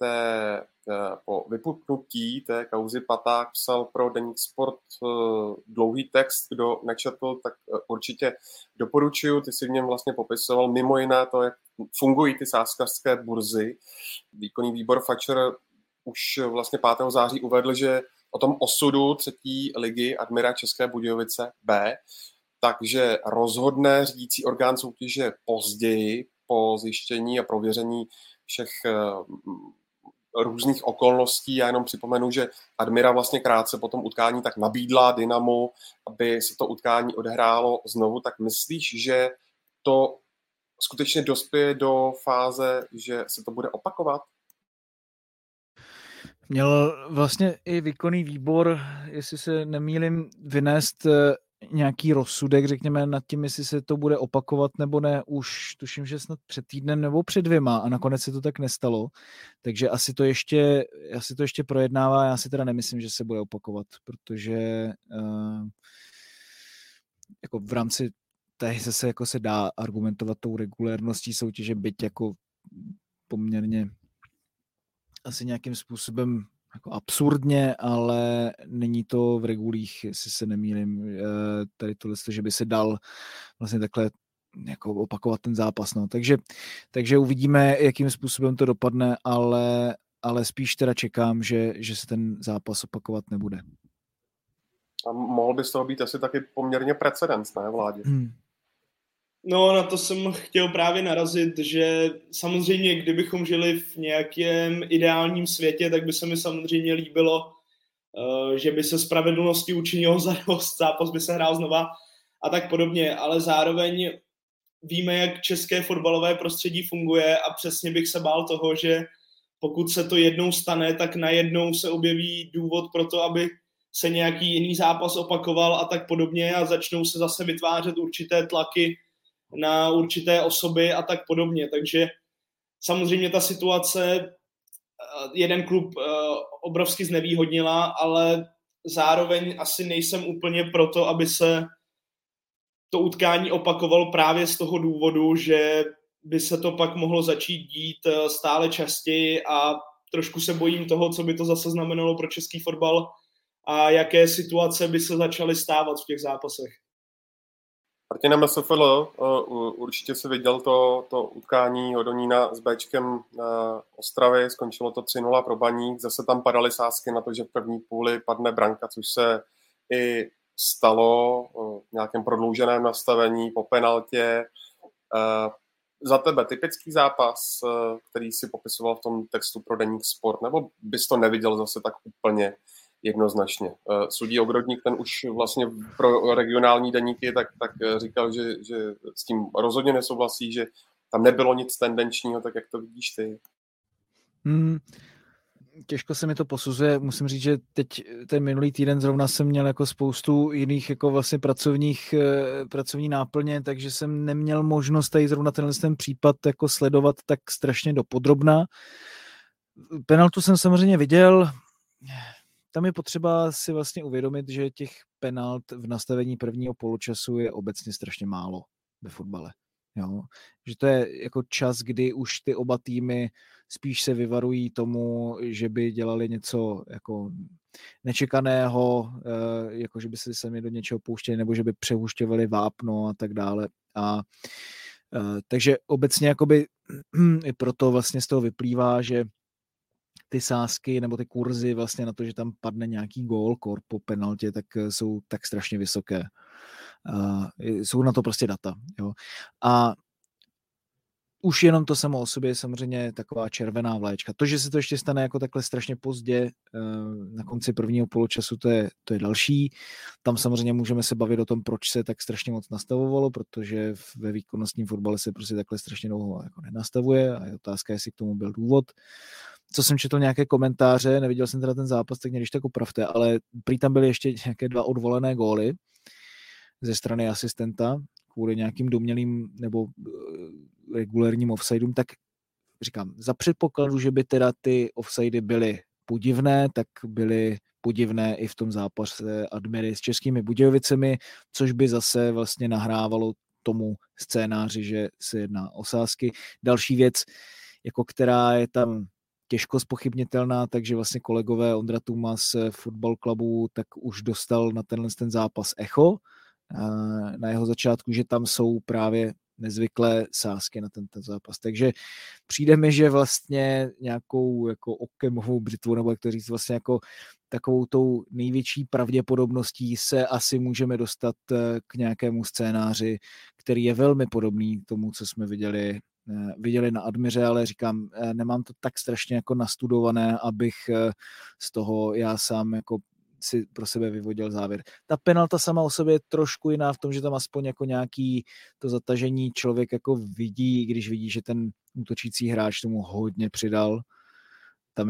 vypuknutí té kauzy Paták psal pro Deník Sport dlouhý text. Kdo nečetl, tak určitě doporučuju. Ty si v něm vlastně popisoval mimo jiné to, jak fungují ty sázkařské burzy. Výkonný výbor FAČR už vlastně 5. září uvedl, že o tom osudu 3. ligy Admira České Budějovice B, takže rozhodne řídící orgán soutěže později po zjištění a prověření všech různých okolností. Já jenom připomenu, že Admira vlastně krátce po tom utkání tak nabídla Dynamu, aby se to utkání odehrálo znovu. Tak myslíš, že to skutečně dospěje do fáze, že se to bude opakovat? Měl vlastně i výkonný výbor, jestli se nemýlím, vynést nějaký rozsudek, řekněme, nad tím, jestli se to bude opakovat nebo ne, už tuším, že snad před týdnem nebo před 2 a nakonec se to tak nestalo, takže asi to ještě projednává, já si teda nemyslím, že se bude opakovat, protože jako v rámci té zase jako se dá argumentovat tou regulérností soutěže, byť jako poměrně asi nějakým způsobem jako absurdně, ale není to v regulích, jestli se nemýlím, tady tohle, že by se dal vlastně takhle jako opakovat ten zápas. No. Takže uvidíme, jakým způsobem to dopadne, ale spíš teda čekám, že se ten zápas opakovat nebude. A mohl by z toho být asi taky poměrně precedens, ne, Vládě? No, na to jsem chtěl právě narazit, že samozřejmě, kdybychom žili v nějakém ideálním světě, tak by se mi samozřejmě líbilo, že by se spravedlnosti učinilo za dost, zápas by se hrál znova a tak podobně, ale zároveň víme, jak české fotbalové prostředí funguje a přesně bych se bál toho, že pokud se to jednou stane, tak najednou se objeví důvod pro to, aby se nějaký jiný zápas opakoval a tak podobně a začnou se zase vytvářet určité tlaky na určité osoby a tak podobně. Takže samozřejmě ta situace jeden klub obrovsky znevýhodnila, ale zároveň asi nejsem úplně proto, aby se to utkání opakovalo právě z toho důvodu, že by se to pak mohlo začít dít stále častěji a trošku se bojím toho, co by to zase znamenalo pro český fotbal a jaké situace by se začaly stávat v těch zápasech. Martina MSFL, určitě si viděl to utkání Hodonína s Béčkem Ostravy, skončilo to 3-0 pro Baník, zase tam padaly sázky na to, že v první půli padne branka, což se i stalo v nějakém prodlouženém nastavení po penaltě. Za tebe typický zápas, který si popisoval v tom textu pro Deník Sport, nebo bys to neviděl zase tak úplně jednoznačně? Sudí Ogrodník, ten už vlastně pro regionální deníky tak říkal, že s tím rozhodně nesouhlasí, že tam nebylo nic tendenčního, tak jak to vidíš ty? Těžko se mi to posuzuje. Musím říct, že teď ten minulý týden zrovna jsem měl jako spoustu jiných jako vlastně pracovní náplně, takže jsem neměl možnost tady zrovna ten případ jako sledovat tak strašně dopodrobna. Penaltu jsem samozřejmě viděl. Tam je potřeba si vlastně uvědomit, že těch penalt v nastavení prvního poločasu je obecně strašně málo ve fotbale. Jo? Že to je jako čas, kdy už ty oba týmy spíš se vyvarují tomu, že by dělali něco jako nečekaného, jako že by se sami do něčeho pouštěli, nebo že by přehušťovali vápno a tak dále. Takže obecně jakoby i proto vlastně z toho vyplývá, že ty sázky nebo ty kurzy vlastně na to, že tam padne nějaký gól po penaltě, tak jsou tak strašně vysoké. Jsou na to prostě data. Jo. A už jenom to samo o sobě je samozřejmě taková červená vlaječka. To, že se to ještě stane jako takhle strašně pozdě na konci prvního poločasu, to je další. Tam samozřejmě můžeme se bavit o tom, proč se tak strašně moc nastavovalo, protože ve výkonnostním fotbale se prostě takhle strašně dlouho jako nenastavuje a je otázka, jestli k tomu byl důvod. Co jsem četl nějaké komentáře, neviděl jsem teda ten zápas, tak mě když tak opravte, ale prý tam byly ještě nějaké 2 odvolené góly ze strany asistenta kvůli nějakým domnělým nebo regulérním offsideům, tak říkám, za předpokladu, že by teda ty offsidey byly podivné, tak byly podivné i v tom zápase Admiry s Českými Budějovicemi, což by zase vlastně nahrávalo tomu scénáři, že se jedná o sázky. Další věc, jako která je tam těžko zpochybnitelná, takže vlastně kolegové Ondra Tuma z Fotbal Clubu tak už dostal na ten zápas echo na jeho začátku, že tam jsou právě nezvyklé sázky na tento zápas. Takže přijde mi, že vlastně nějakou jako okemovou břitvu, nebo jak to říct, vlastně jako takovou tou největší pravděpodobností se asi můžeme dostat k nějakému scénáři, který je velmi podobný tomu, co jsme viděli na Admiře, ale říkám, nemám to tak strašně jako nastudované, abych z toho já sám jako si pro sebe vyvodil závěr. Ta penalta sama o sobě je trošku jiná v tom, že tam aspoň jako nějaký to zatažení člověk jako vidí, když vidí, že ten útočící hráč tomu hodně přidal. Tam je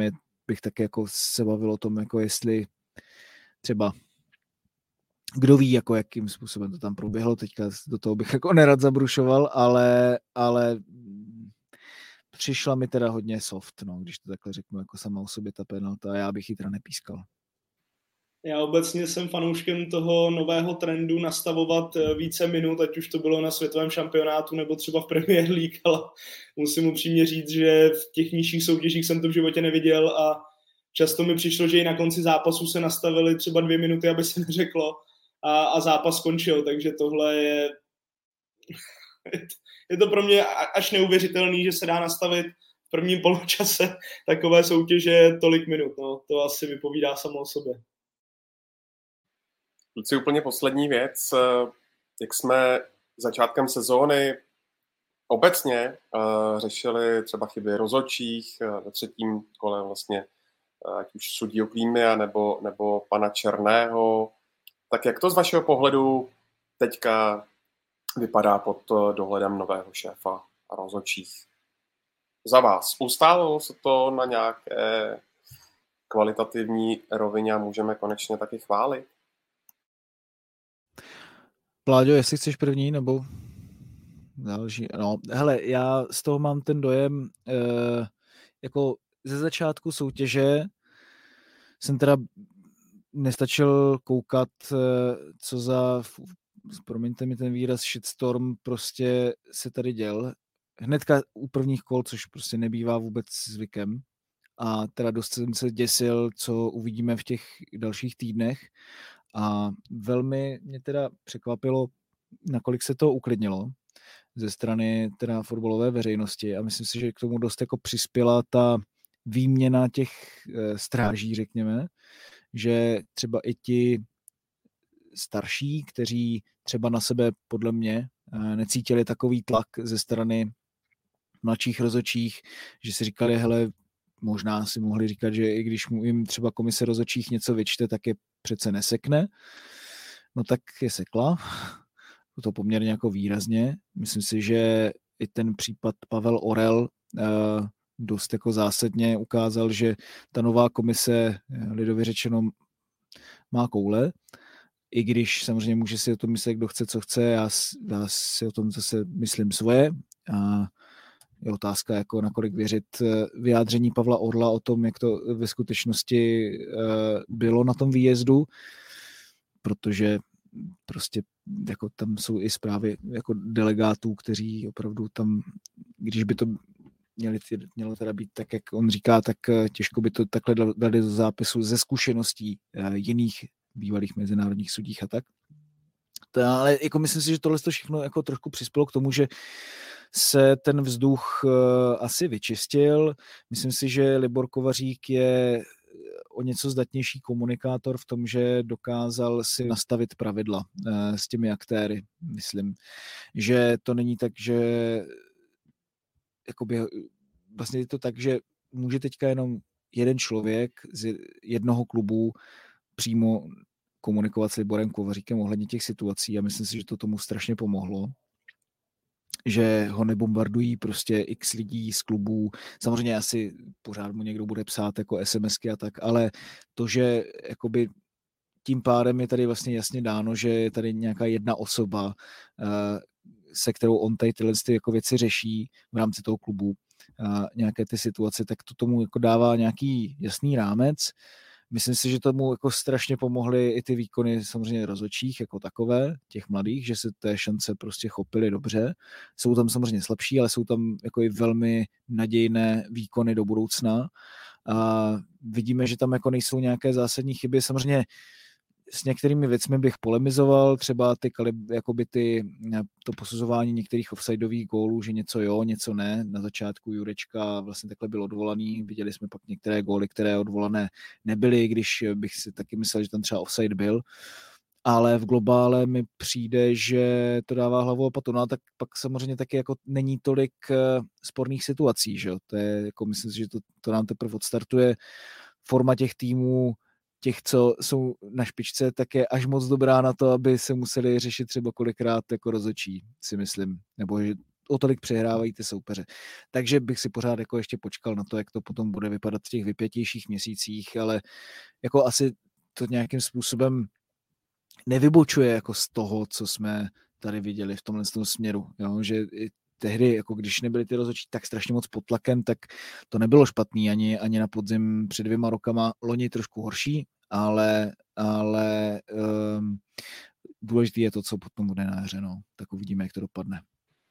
bych taky jako se bavil o tom, jako jestli třeba kdo ví, jako jakým způsobem to tam proběhlo, teďka do toho bych jako nerad zabrušoval, ale přišla mi teda hodně soft, no, když to takhle řeknu, jako sama o sobě ta penalta, a já bych ji teda nepískal. Já obecně jsem fanouškem toho nového trendu nastavovat více minut, ať už to bylo na světovém šampionátu nebo třeba v Premier League, ale musím upřímně říct, že v těch nižších soutěžích jsem to v životě neviděl a často mi přišlo, že i na konci zápasu se nastavily třeba 2 minuty, aby se neřeklo a zápas skončil, takže tohle je to pro mě až neuvěřitelný, že se dá nastavit v prvním poločase takové soutěže tolik minut. No, to asi vypovídá samo o sobě. Kluci, úplně poslední věc. Jak jsme začátkem sezóny obecně řešili třeba chyby rozhodčích ve 3. kole vlastně, ať už sudího Klímia nebo pana Černého, tak jak to z vašeho pohledu teďka vypadá pod dohledem nového šéfa rozhodčích? Za vás ustálilo se to na nějaké kvalitativní rovině a můžeme konečně taky chválit? Pláďo, jestli chceš první, nebo další. No, hele, já z toho mám ten dojem, jako ze začátku soutěže jsem teda nestačil koukat, co za, promiňte mi ten výraz, shitstorm prostě se tady děl. Hnedka u prvních kol, což prostě nebývá vůbec zvykem. A teda dost jsem se děsil, co uvidíme v těch dalších týdnech. A velmi mě teda překvapilo, nakolik se to uklidnilo ze strany teda fotbalové veřejnosti. A myslím si, že k tomu dost jako přispěla ta výměna těch stráží, řekněme, že třeba i ti starší, kteří třeba na sebe podle mě necítili takový tlak ze strany mladších rozhodčích, že si říkali, hele, možná si mohli říkat, že i když mu jim třeba komise rozhodčích něco vyčte, tak je přece nesekne. No tak je sekla. To poměrně jako výrazně. Myslím si, že i ten případ Pavel Orel dost jako zásadně ukázal, že ta nová komise, lidově řečeno, má koule. I když samozřejmě může si o tom myslet, kdo chce, co chce, já si o tom zase myslím svoje. A je otázka, jako nakolik věřit vyjádření Pavla Orla o tom, jak to ve skutečnosti bylo na tom výjezdu, protože prostě jako tam jsou i zprávy jako delegátů, kteří opravdu tam, když by to mělo teda být tak, jak on říká, tak těžko by to takhle dali do zápisu ze zkušeností jiných bývalých mezinárodních sudích a tak. Ale jako myslím si, že tohle to všechno jako trošku přispělo k tomu, že se ten vzduch asi vyčistil. Myslím si, že Libor Kovařík je o něco zdatnější komunikátor v tom, že dokázal si nastavit pravidla s těmi aktéry. Myslím, že to není tak, že jakoby, vlastně je to tak, že může teďka jenom jeden člověk z jednoho klubu přímo komunikovat s Liborem Kovaříkem ohledně těch situací a myslím si, že to tomu strašně pomohlo, že ho nebombardují prostě x lidí z klubů. Samozřejmě asi pořád mu někdo bude psát jako SMSky a tak, ale to, že jakoby tím pádem je tady vlastně jasně dáno, že je tady nějaká jedna osoba, se kterou on tady tyhle jako věci řeší v rámci toho klubu, nějaké ty situace, tak to tomu jako dává nějaký jasný rámec. Myslím si, že tomu jako strašně pomohly i ty výkony samozřejmě rozhodčích jako takové, těch mladých, že se té šance prostě chopili dobře. Jsou tam samozřejmě slabší, ale jsou tam jako i velmi nadějné výkony do budoucna. A vidíme, že tam jako nejsou nějaké zásadní chyby. Samozřejmě s některými věcmi bych polemizoval, třeba to posuzování některých offsideových gólů, že něco jo, něco ne. Na začátku Jurečka vlastně takhle byl odvolaný, viděli jsme pak některé góly, které odvolané nebyly, když bych si taky myslel, že tam třeba offside byl. Ale v globále mi přijde, že to dává hlavu a patu. No a tak pak samozřejmě taky jako není tolik sporných situací, že jo. To je jako myslím si, že to nám teprve odstartuje. Forma těch týmů, těch, co jsou na špičce, tak je až moc dobrá na to, aby se museli řešit třeba kolikrát jako rozhodčí, si myslím. Nebo že o tolik přehrávají ty soupeře. Takže bych si pořád jako ještě počkal na to, jak to potom bude vypadat v těch vypjatějších měsících, ale jako asi to nějakým způsobem nevybočuje jako z toho, co jsme tady viděli v tomhle směru, jo? Že tehdy, jako když nebyly ty rozhodčí tak strašně moc pod tlakem, tak to nebylo špatný ani na podzim před 2 rokama, loni trošku horší, ale důležité je to, co potom bude na hře, no. Tak uvidíme, jak to dopadne.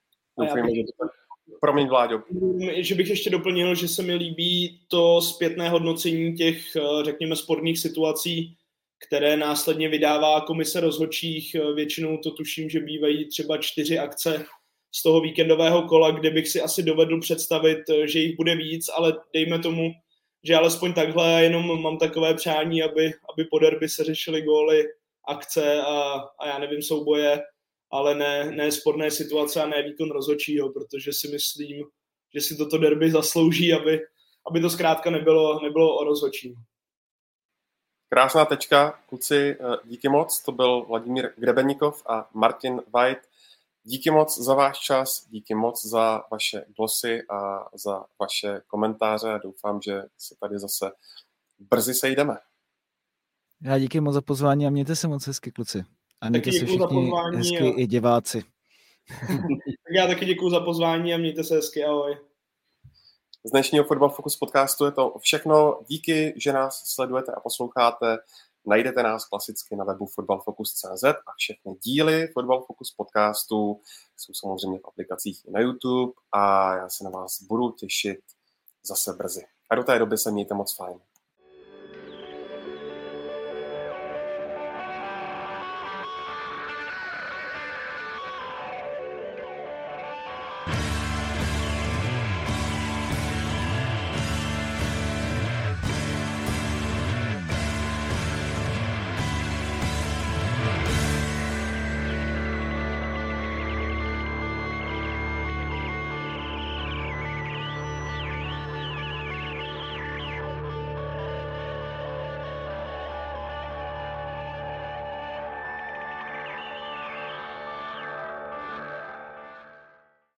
Promiň, Vláďo. Že bych ještě doplnil, že se mi líbí to zpětné hodnocení těch, řekněme, sporných situací, které následně vydává komise rozhodčích. Většinou to tuším, že bývají třeba 4 akce z toho víkendového kola, kde bych si asi dovedl představit, že jich bude víc, ale dejme tomu, že alespoň takhle jenom mám takové přání, aby po derby se řešily góly, akce a já nevím, souboje, ale ne sporné situace a ne výkon rozhodčího, protože si myslím, že si toto derby zaslouží, aby to zkrátka nebylo o rozhodčím. Krásná tečka, kluci, díky moc. To byl Vladimír Grebeníkov a Martin White. Díky moc za váš čas, díky moc za vaše glosy a za vaše komentáře. Doufám, že se tady zase brzy sejdeme. Já díky moc za pozvání a mějte se moc hezky, kluci. A mějte se všichni hezky i diváci. Tak já taky děkuju za pozvání a mějte se hezky, ahoj. Z dnešního Football Focus podcastu je to všechno. Díky, že nás sledujete a posloucháte. Najdete nás klasicky na webu footballfocus.cz a všechny díly Football Focus podcastu jsou samozřejmě v aplikacích i na YouTube a já se na vás budu těšit zase brzy. A do té doby se mějte moc fajn.